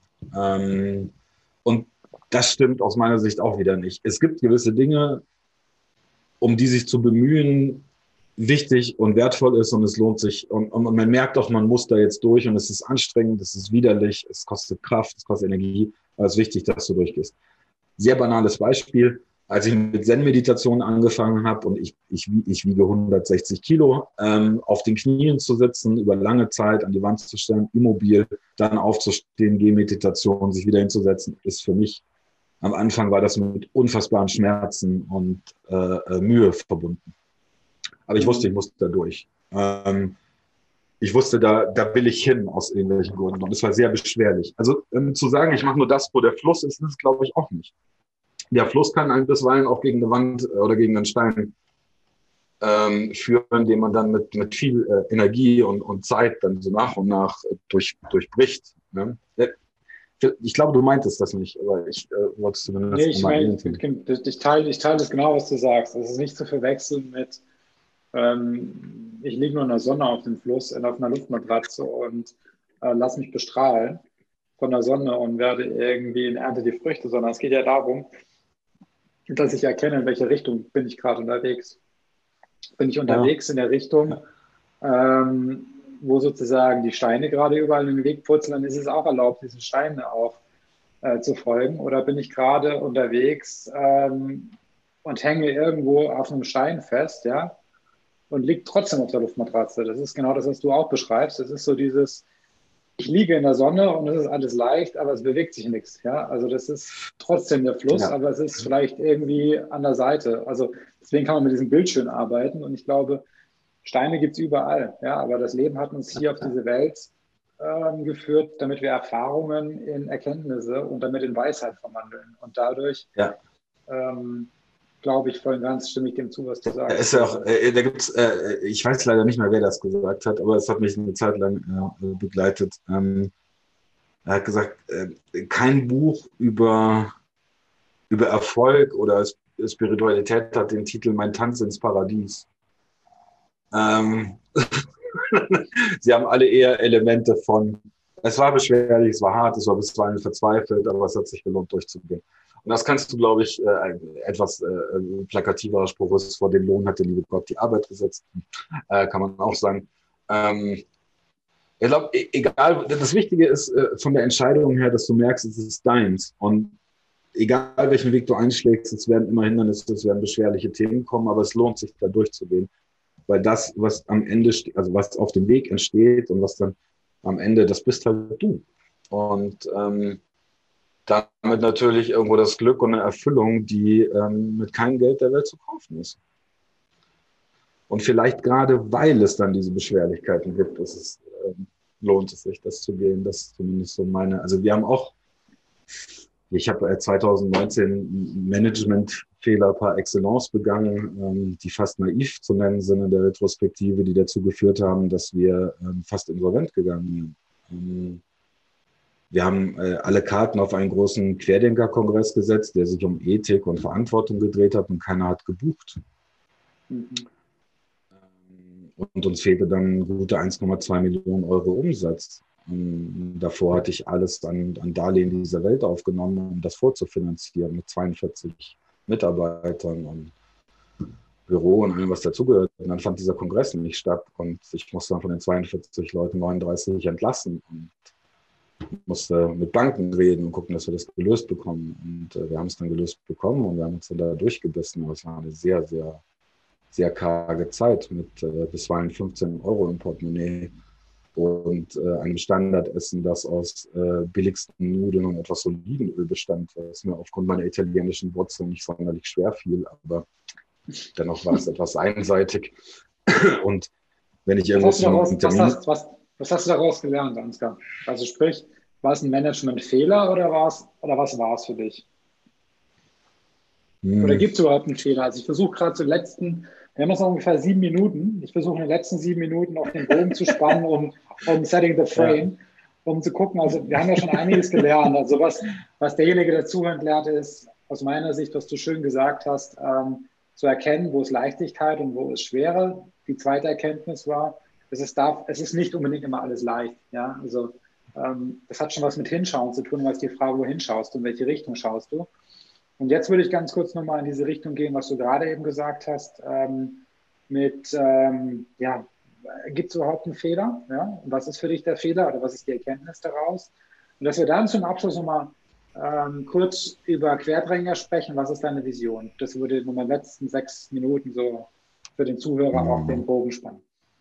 Und das stimmt aus meiner Sicht auch wieder nicht. Es gibt gewisse Dinge, um die sich zu bemühen, wichtig und wertvoll ist und es lohnt sich. Und man merkt auch, man muss da jetzt durch und es ist anstrengend, es ist widerlich, es kostet Kraft, es kostet Energie, aber es ist wichtig, dass du durchgehst. Sehr banales Beispiel. Als ich mit Zen-Meditation angefangen habe und ich wiege 160 Kilo, auf den Knien zu sitzen, über lange Zeit an die Wand zu stellen, immobil, dann aufzustehen, Gehmeditation, sich wieder hinzusetzen, ist für mich, am Anfang war das mit unfassbaren Schmerzen und Mühe verbunden. Aber ich wusste, ich musste da durch. Ich wusste, da will ich hin aus irgendwelchen Gründen und es war sehr beschwerlich. Also zu sagen, ich mache nur das, wo der Fluss ist, das glaube ich auch nicht. Der Fluss kann einen bisweilen auch gegen eine Wand oder gegen einen Stein führen, den man dann mit viel Energie und Zeit dann so nach und nach durchbricht. Ne? Ich glaube, du meintest das nicht, aber ich wollte es zumindest ich teile das genau, was du sagst. Das ist nicht zu verwechseln mit ich liege nur in der Sonne auf dem Fluss, auf einer Luftmatratze und lass mich bestrahlen von der Sonne und werde irgendwie ernte die Früchte, sondern es geht ja darum, dass ich erkenne, in welche Richtung bin ich gerade unterwegs. Bin ich unterwegs in der Richtung, wo sozusagen die Steine gerade überall in den Weg purzeln, dann ist es auch erlaubt, diesen Steinen auch zu folgen. Oder bin ich gerade unterwegs und hänge irgendwo auf einem Stein fest, ja, und liege trotzdem auf der Luftmatratze. Das ist genau das, was du auch beschreibst. Das ist so dieses, ich liege in der Sonne und es ist alles leicht, aber es bewegt sich nichts. Ja? Also das ist trotzdem der Fluss, aber es ist vielleicht irgendwie an der Seite. Also deswegen kann man mit diesem Bild schön arbeiten. Und ich glaube, Steine gibt es überall. Ja? Aber das Leben hat uns hier auf diese Welt geführt, damit wir Erfahrungen in Erkenntnisse und damit in Weisheit verwandeln. Und dadurch glaube ich, voll und ganz stimme ich dem zu, was du sagst. Ist ja auch, da gibt's, ich weiß leider nicht mehr, wer das gesagt hat, aber es hat mich eine Zeit lang begleitet. Er hat gesagt, kein Buch über Erfolg oder Spiritualität hat den Titel Mein Tanz ins Paradies. Sie haben alle eher Elemente von, es war beschwerlich, es war hart, es war bisweilen verzweifelt, aber es hat sich gelohnt, durchzugehen. Und das kannst du, glaube ich, etwas plakativerer Spruch ist, vor den Lohn hat der liebe Gott die Arbeit gesetzt, kann man auch sagen. Ich glaube, egal, das Wichtige ist von der Entscheidung her, dass du merkst, es ist deins. Und egal welchen Weg du einschlägst, es werden immer Hindernisse, es werden beschwerliche Themen kommen, aber es lohnt sich, da durchzugehen. Weil das, was am Ende, also was auf dem Weg entsteht und was dann am Ende, das bist halt du. Und damit natürlich irgendwo das Glück und eine Erfüllung, die mit keinem Geld der Welt zu kaufen ist. Und vielleicht gerade, weil es dann diese Beschwerlichkeiten gibt, lohnt es sich, das zu gehen. Das ist zumindest so meine, also wir haben auch, ich habe 2019 Managementfehler par excellence begangen, die fast naiv zu nennen sind in der Retrospektive, die dazu geführt haben, dass wir fast insolvent gegangen sind. Wir haben alle Karten auf einen großen Querdenker-Kongress gesetzt, der sich um Ethik und Verantwortung gedreht hat und keiner hat gebucht. Mhm. Und uns fehlte dann gute 1,2 Millionen Euro Umsatz. Davor hatte ich alles an Darlehen dieser Welt aufgenommen, um das vorzufinanzieren mit 42 Mitarbeitern und Büro und allem, was dazugehört. Und dann fand dieser Kongress nicht statt und ich musste dann von den 42 Leuten 39 entlassen und musste mit Banken reden und gucken, dass wir das gelöst bekommen. Und wir haben es dann gelöst bekommen und wir haben uns dann da durchgebissen. Aber es war eine sehr, sehr, sehr karge Zeit mit bisweilen 15 Euro im Portemonnaie und einem Standardessen, das aus billigsten Nudeln und etwas Olivenöl bestand, was mir aufgrund meiner italienischen Wurzeln nicht sonderlich schwer fiel, aber dennoch war es etwas einseitig. Und wenn ich irgendwas... Was hast du daraus gelernt, Ansgar? Also sprich, war es ein Managementfehler oder was war es für dich? Oder gibt es überhaupt einen Fehler? Also ich versuche gerade wir haben jetzt noch ungefähr 7 Minuten. Ich versuche in den letzten 7 Minuten auf den Bogen zu spannen, um setting the frame, um zu gucken. Also wir haben ja schon einiges gelernt. Also was derjenige dazuhört lernt, ist aus meiner Sicht, was du schön gesagt hast, zu erkennen, wo ist Leichtigkeit und wo ist Schwere. Die zweite Erkenntnis war, es ist nicht unbedingt immer alles leicht. Ja? Also das hat schon was mit Hinschauen zu tun, weil es die Frage, wohin schaust du, in welche Richtung schaust du. Und jetzt würde ich ganz kurz nochmal in diese Richtung gehen, was du gerade eben gesagt hast, gibt es überhaupt einen Fehler? Ja? Und was ist für dich der Fehler oder was ist die Erkenntnis daraus? Und dass wir dann zum Abschluss nochmal kurz über Querdränger sprechen, was ist deine Vision? Das würde in den letzten 6 Minuten so für den Zuhörer auch den Bogen spannen.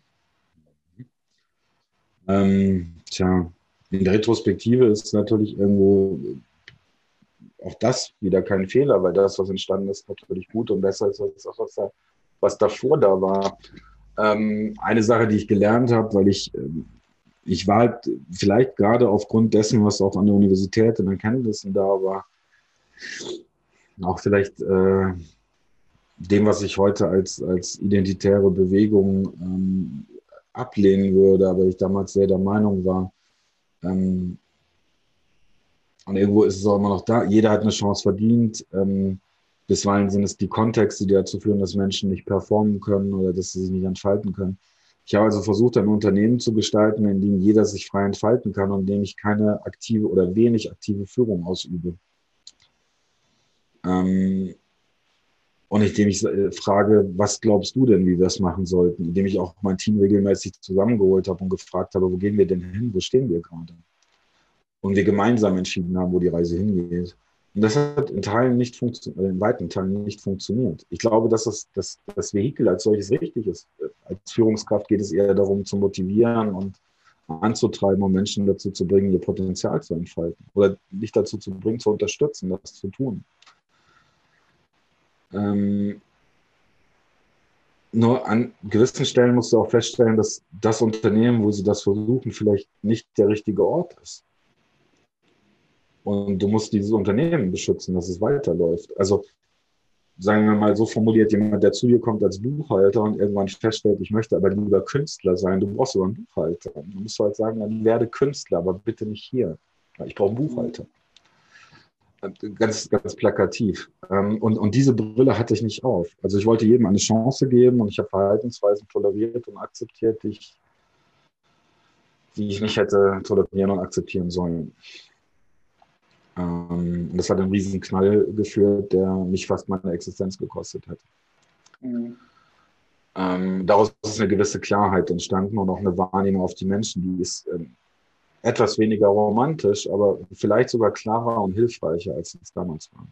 In der Retrospektive ist natürlich irgendwo auch das wieder kein Fehler, weil das, was entstanden ist, natürlich gut und besser ist als das, was davor da war. Eine Sache, die ich gelernt habe, weil ich war halt vielleicht gerade aufgrund dessen, was auch an der Universität in Erkenntnissen da war, auch vielleicht dem, was ich heute als identitäre Bewegung ablehnen würde, aber ich damals sehr der Meinung war, und irgendwo ist es auch immer noch da, jeder hat eine Chance verdient. Bisweilen sind es die Kontexte, die dazu führen, dass Menschen nicht performen können oder dass sie sich nicht entfalten können. Ich habe also versucht, ein Unternehmen zu gestalten, in dem jeder sich frei entfalten kann und in dem ich keine aktive oder wenig aktive Führung ausübe. Und indem ich frage, was glaubst du denn, wie wir es machen sollten? Indem ich auch mein Team regelmäßig zusammengeholt habe und gefragt habe, wo gehen wir denn hin? Wo stehen wir gerade? Und wir gemeinsam entschieden haben, wo die Reise hingeht. Und das hat in weiten Teilen nicht funktioniert. Ich glaube, dass das Vehikel als solches richtig ist. Als Führungskraft geht es eher darum, zu motivieren und anzutreiben, um Menschen dazu zu bringen, ihr Potenzial zu entfalten. Oder nicht dazu zu bringen, zu unterstützen, das zu tun. Nur an gewissen Stellen musst du auch feststellen, dass das Unternehmen, wo sie das versuchen, vielleicht nicht der richtige Ort ist. Und du musst dieses Unternehmen beschützen, dass es weiterläuft. Also sagen wir mal so formuliert, jemand, der zu dir kommt als Buchhalter und irgendwann feststellt, ich möchte aber lieber Künstler sein, du brauchst sogar einen Buchhalter. Du musst halt sagen, dann werde Künstler, aber bitte nicht hier. Ich brauche einen Buchhalter. Ganz, ganz plakativ. Und diese Brille hatte ich nicht auf. Also ich wollte jedem eine Chance geben und ich habe Verhaltensweisen toleriert und akzeptiert, die ich nicht hätte tolerieren und akzeptieren sollen. Und das hat einen riesen Knall geführt, der mich fast meine Existenz gekostet hat. Mhm. Daraus ist eine gewisse Klarheit entstanden und auch eine Wahrnehmung auf die Menschen, die ist etwas weniger romantisch, aber vielleicht sogar klarer und hilfreicher, als es damals war.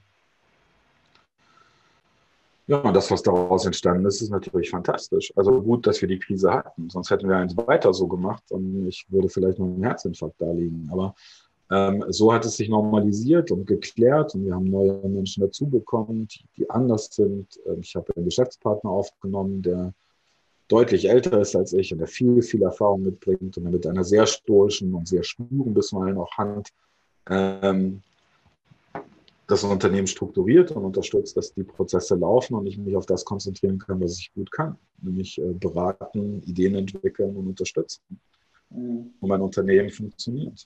Ja, und das, was daraus entstanden ist, ist natürlich fantastisch. Also gut, dass wir die Krise hatten, sonst hätten wir eins weiter so gemacht und ich würde vielleicht noch einen Herzinfarkt da liegen. Aber so hat es sich normalisiert und geklärt und wir haben neue Menschen dazu bekommen, die anders sind. Ich habe einen Geschäftspartner aufgenommen, der deutlich älter ist als ich und der viel, viel Erfahrung mitbringt und der mit einer sehr stoischen und sehr sturen bisweilen auch Hand das Unternehmen strukturiert und unterstützt, dass die Prozesse laufen und ich mich auf das konzentrieren kann, was ich gut kann, nämlich beraten, Ideen entwickeln und unterstützen. Und mein Unternehmen funktioniert.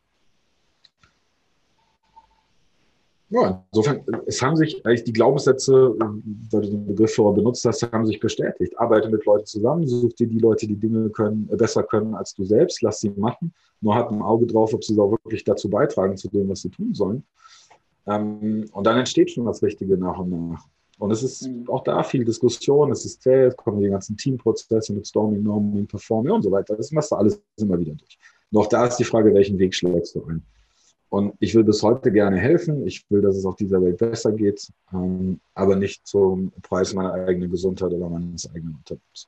Ja, insofern, es haben sich eigentlich die Glaubenssätze, weil du den Begriff vorher benutzt hast, haben sich bestätigt. Arbeite mit Leuten zusammen, such dir die Leute, die Dinge besser können als du selbst, lass sie machen, nur hab ein Auge drauf, ob sie auch wirklich dazu beitragen, zu dem, was sie tun sollen. Und dann entsteht schon das Richtige nach und nach. Und es ist auch da viel Diskussion, es ist zäh, es kommen die ganzen Teamprozesse mit Storming, Norming, Performing und so weiter. Das machst du alles immer wieder durch. Und auch da ist die Frage, welchen Weg schlägst du ein? Und ich will bis heute gerne helfen. Ich will, dass es auf dieser Welt besser geht, aber nicht zum Preis meiner eigenen Gesundheit oder meines eigenen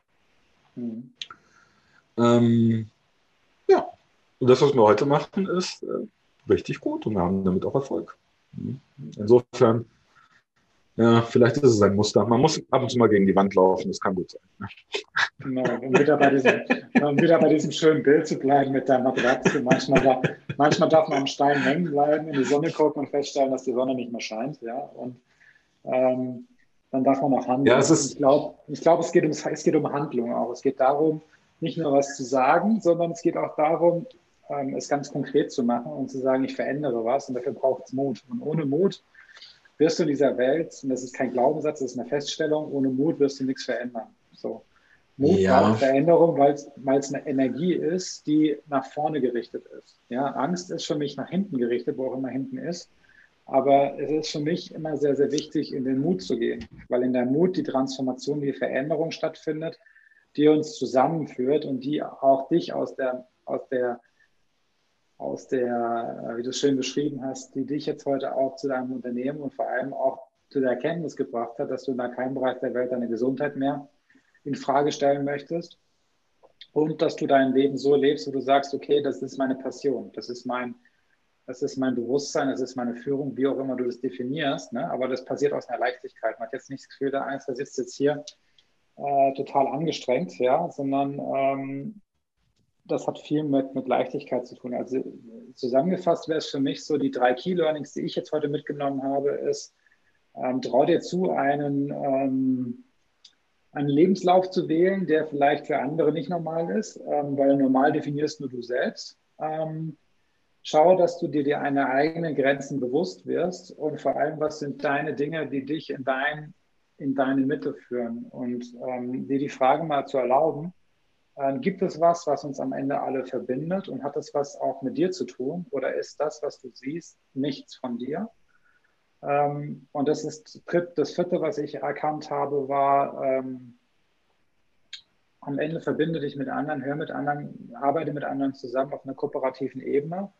Unternehmens. Ja, und das, was wir heute machen, ist richtig gut und wir haben damit auch Erfolg. Insofern, ja, vielleicht ist es ein Muster. Man muss ab und zu mal gegen die Wand laufen, das kann gut sein. Genau, um wieder bei diesem schönen Bild zu bleiben mit der Matratze. Manchmal darf man am Stein hängen bleiben, in die Sonne gucken und feststellen, dass die Sonne nicht mehr scheint. Ja? Und dann darf man auch handeln. Ja, ich glaube, es geht um Handlung auch. Es geht darum, nicht nur was zu sagen, sondern es geht auch darum, es ganz konkret zu machen und zu sagen, ich verändere was und dafür braucht es Mut. Und ohne Mut wirst du in dieser Welt, und das ist kein Glaubenssatz, das ist eine Feststellung, ohne Mut wirst du nichts verändern. So. Mut braucht Veränderung, weil es eine Energie ist, die nach vorne gerichtet ist. Ja, Angst ist für mich nach hinten gerichtet, wo auch immer hinten ist. Aber es ist für mich immer sehr, sehr wichtig, in den Mut zu gehen, weil in der Mut die Transformation, die Veränderung stattfindet, die uns zusammenführt und die auch dich aus der, wie du es schön beschrieben hast, die dich jetzt heute auch zu deinem Unternehmen und vor allem auch zu der Erkenntnis gebracht hat, dass du in keinem Bereich der Welt deine Gesundheit mehr in Frage stellen möchtest und dass du dein Leben so lebst, wo du sagst, okay, das ist meine Passion, das ist mein Bewusstsein, das ist meine Führung, wie auch immer du das definierst, ne? Aber das passiert aus einer Leichtigkeit. Man hat jetzt nicht das Gefühl, der Einzelne sitzt jetzt hier total angestrengt, ja, sondern das hat viel mit Leichtigkeit zu tun. Also zusammengefasst wäre es für mich so, die 3 Key-Learnings, die ich jetzt heute mitgenommen habe, ist, trau dir zu, einen Lebenslauf zu wählen, der vielleicht für andere nicht normal ist, weil normal definierst nur du selbst. Schau, dass du dir deine eigenen Grenzen bewusst wirst und vor allem, was sind deine Dinge, die dich in deine Mitte führen und dir die Frage mal zu erlauben, gibt es was uns am Ende alle verbindet und hat das was auch mit dir zu tun oder ist das, was du siehst, nichts von dir? Und das ist das vierte, was ich erkannt habe, war, am Ende verbinde dich mit anderen, hör mit anderen, arbeite mit anderen zusammen auf einer kooperativen Ebene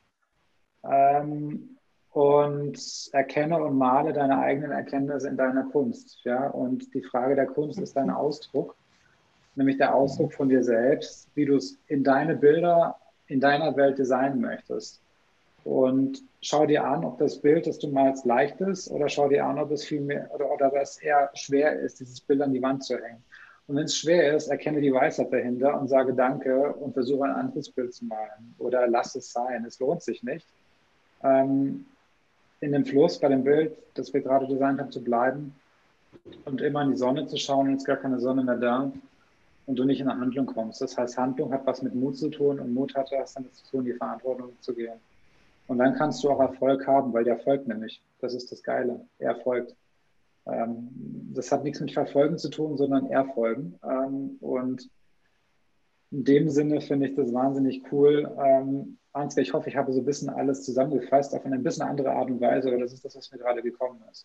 und erkenne und male deine eigenen Erkenntnisse in deiner Kunst. Ja? Und die Frage der Kunst ist dein Ausdruck, nämlich der Ausdruck von dir selbst, wie du es in deine Bilder, in deiner Welt designen möchtest. Und schau dir an, ob das Bild, das du malst, leicht ist oder schau dir an, ob es viel mehr oder es eher schwer ist, dieses Bild an die Wand zu hängen. Und wenn es schwer ist, erkenne die Weisheit dahinter und sage Danke und versuche ein anderes Bild zu malen oder lass es sein, es lohnt sich nicht. In dem Fluss bei dem Bild, das wir gerade designt haben, zu bleiben und immer in die Sonne zu schauen und es ist gar keine Sonne mehr da und du nicht in eine Handlung kommst. Das heißt, Handlung hat was mit Mut zu tun und Mut hat was damit zu tun, die Verantwortung zu gehen. Und dann kannst du auch Erfolg haben, weil der folgt nämlich. Das ist das Geile. Er folgt. Das hat nichts mit Verfolgen zu tun, sondern Erfolgen. Und in dem Sinne finde ich das wahnsinnig cool. Ansgar, ich hoffe, ich habe so ein bisschen alles zusammengefasst, auf eine bisschen andere Art und Weise, aber das ist das, was mir gerade gekommen ist.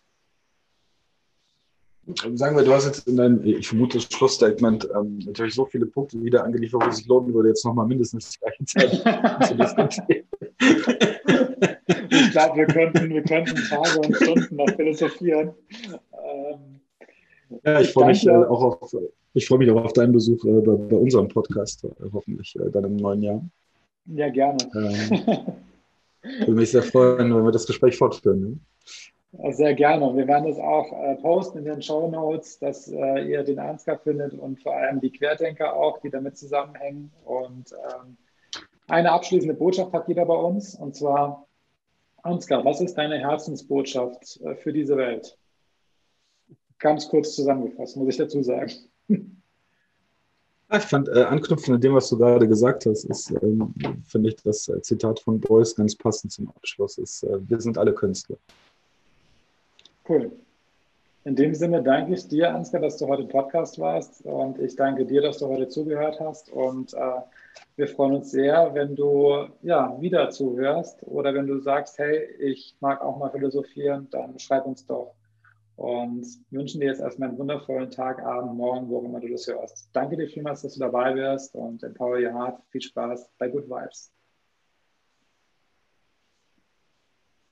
Sagen wir, du hast jetzt in deinem, ich vermute, Schlussstatement natürlich so viele Punkte wieder angeliefert, wo es sich lohnen würde, jetzt nochmal mindestens die gleiche Zeit zu diskutieren. Ich glaube, wir könnten Tage und Stunden noch philosophieren. Ja, ich freue mich auch auf deinen Besuch bei unserem Podcast, hoffentlich dann im neuen Jahr. Ja, gerne. Würde mich sehr freuen, wenn wir das Gespräch fortführen. Ne? Sehr gerne. Wir werden das auch posten in den Shownotes, dass ihr den Ansgar findet und vor allem die Querdenker auch, die damit zusammenhängen. Und eine abschließende Botschaft hat jeder bei uns, und zwar, Ansgar, was ist deine Herzensbotschaft für diese Welt? Ganz kurz zusammengefasst, muss ich dazu sagen. Ich fand, anknüpfend an dem, was du gerade gesagt hast, finde ich das Zitat von Beuys ganz passend zum Abschluss. Wir sind alle Künstler. Cool. In dem Sinne danke ich dir, Ansgar, dass du heute im Podcast warst, und ich danke dir, dass du heute zugehört hast, und wir freuen uns sehr, wenn du wieder zuhörst oder wenn du sagst, hey, ich mag auch mal philosophieren, dann schreib uns doch, und wünschen dir jetzt erstmal einen wundervollen Tag, Abend, Morgen, wo auch immer du das hörst. Danke dir vielmals, dass du dabei wirst, und empower your heart. Viel Spaß bei Good Vibes.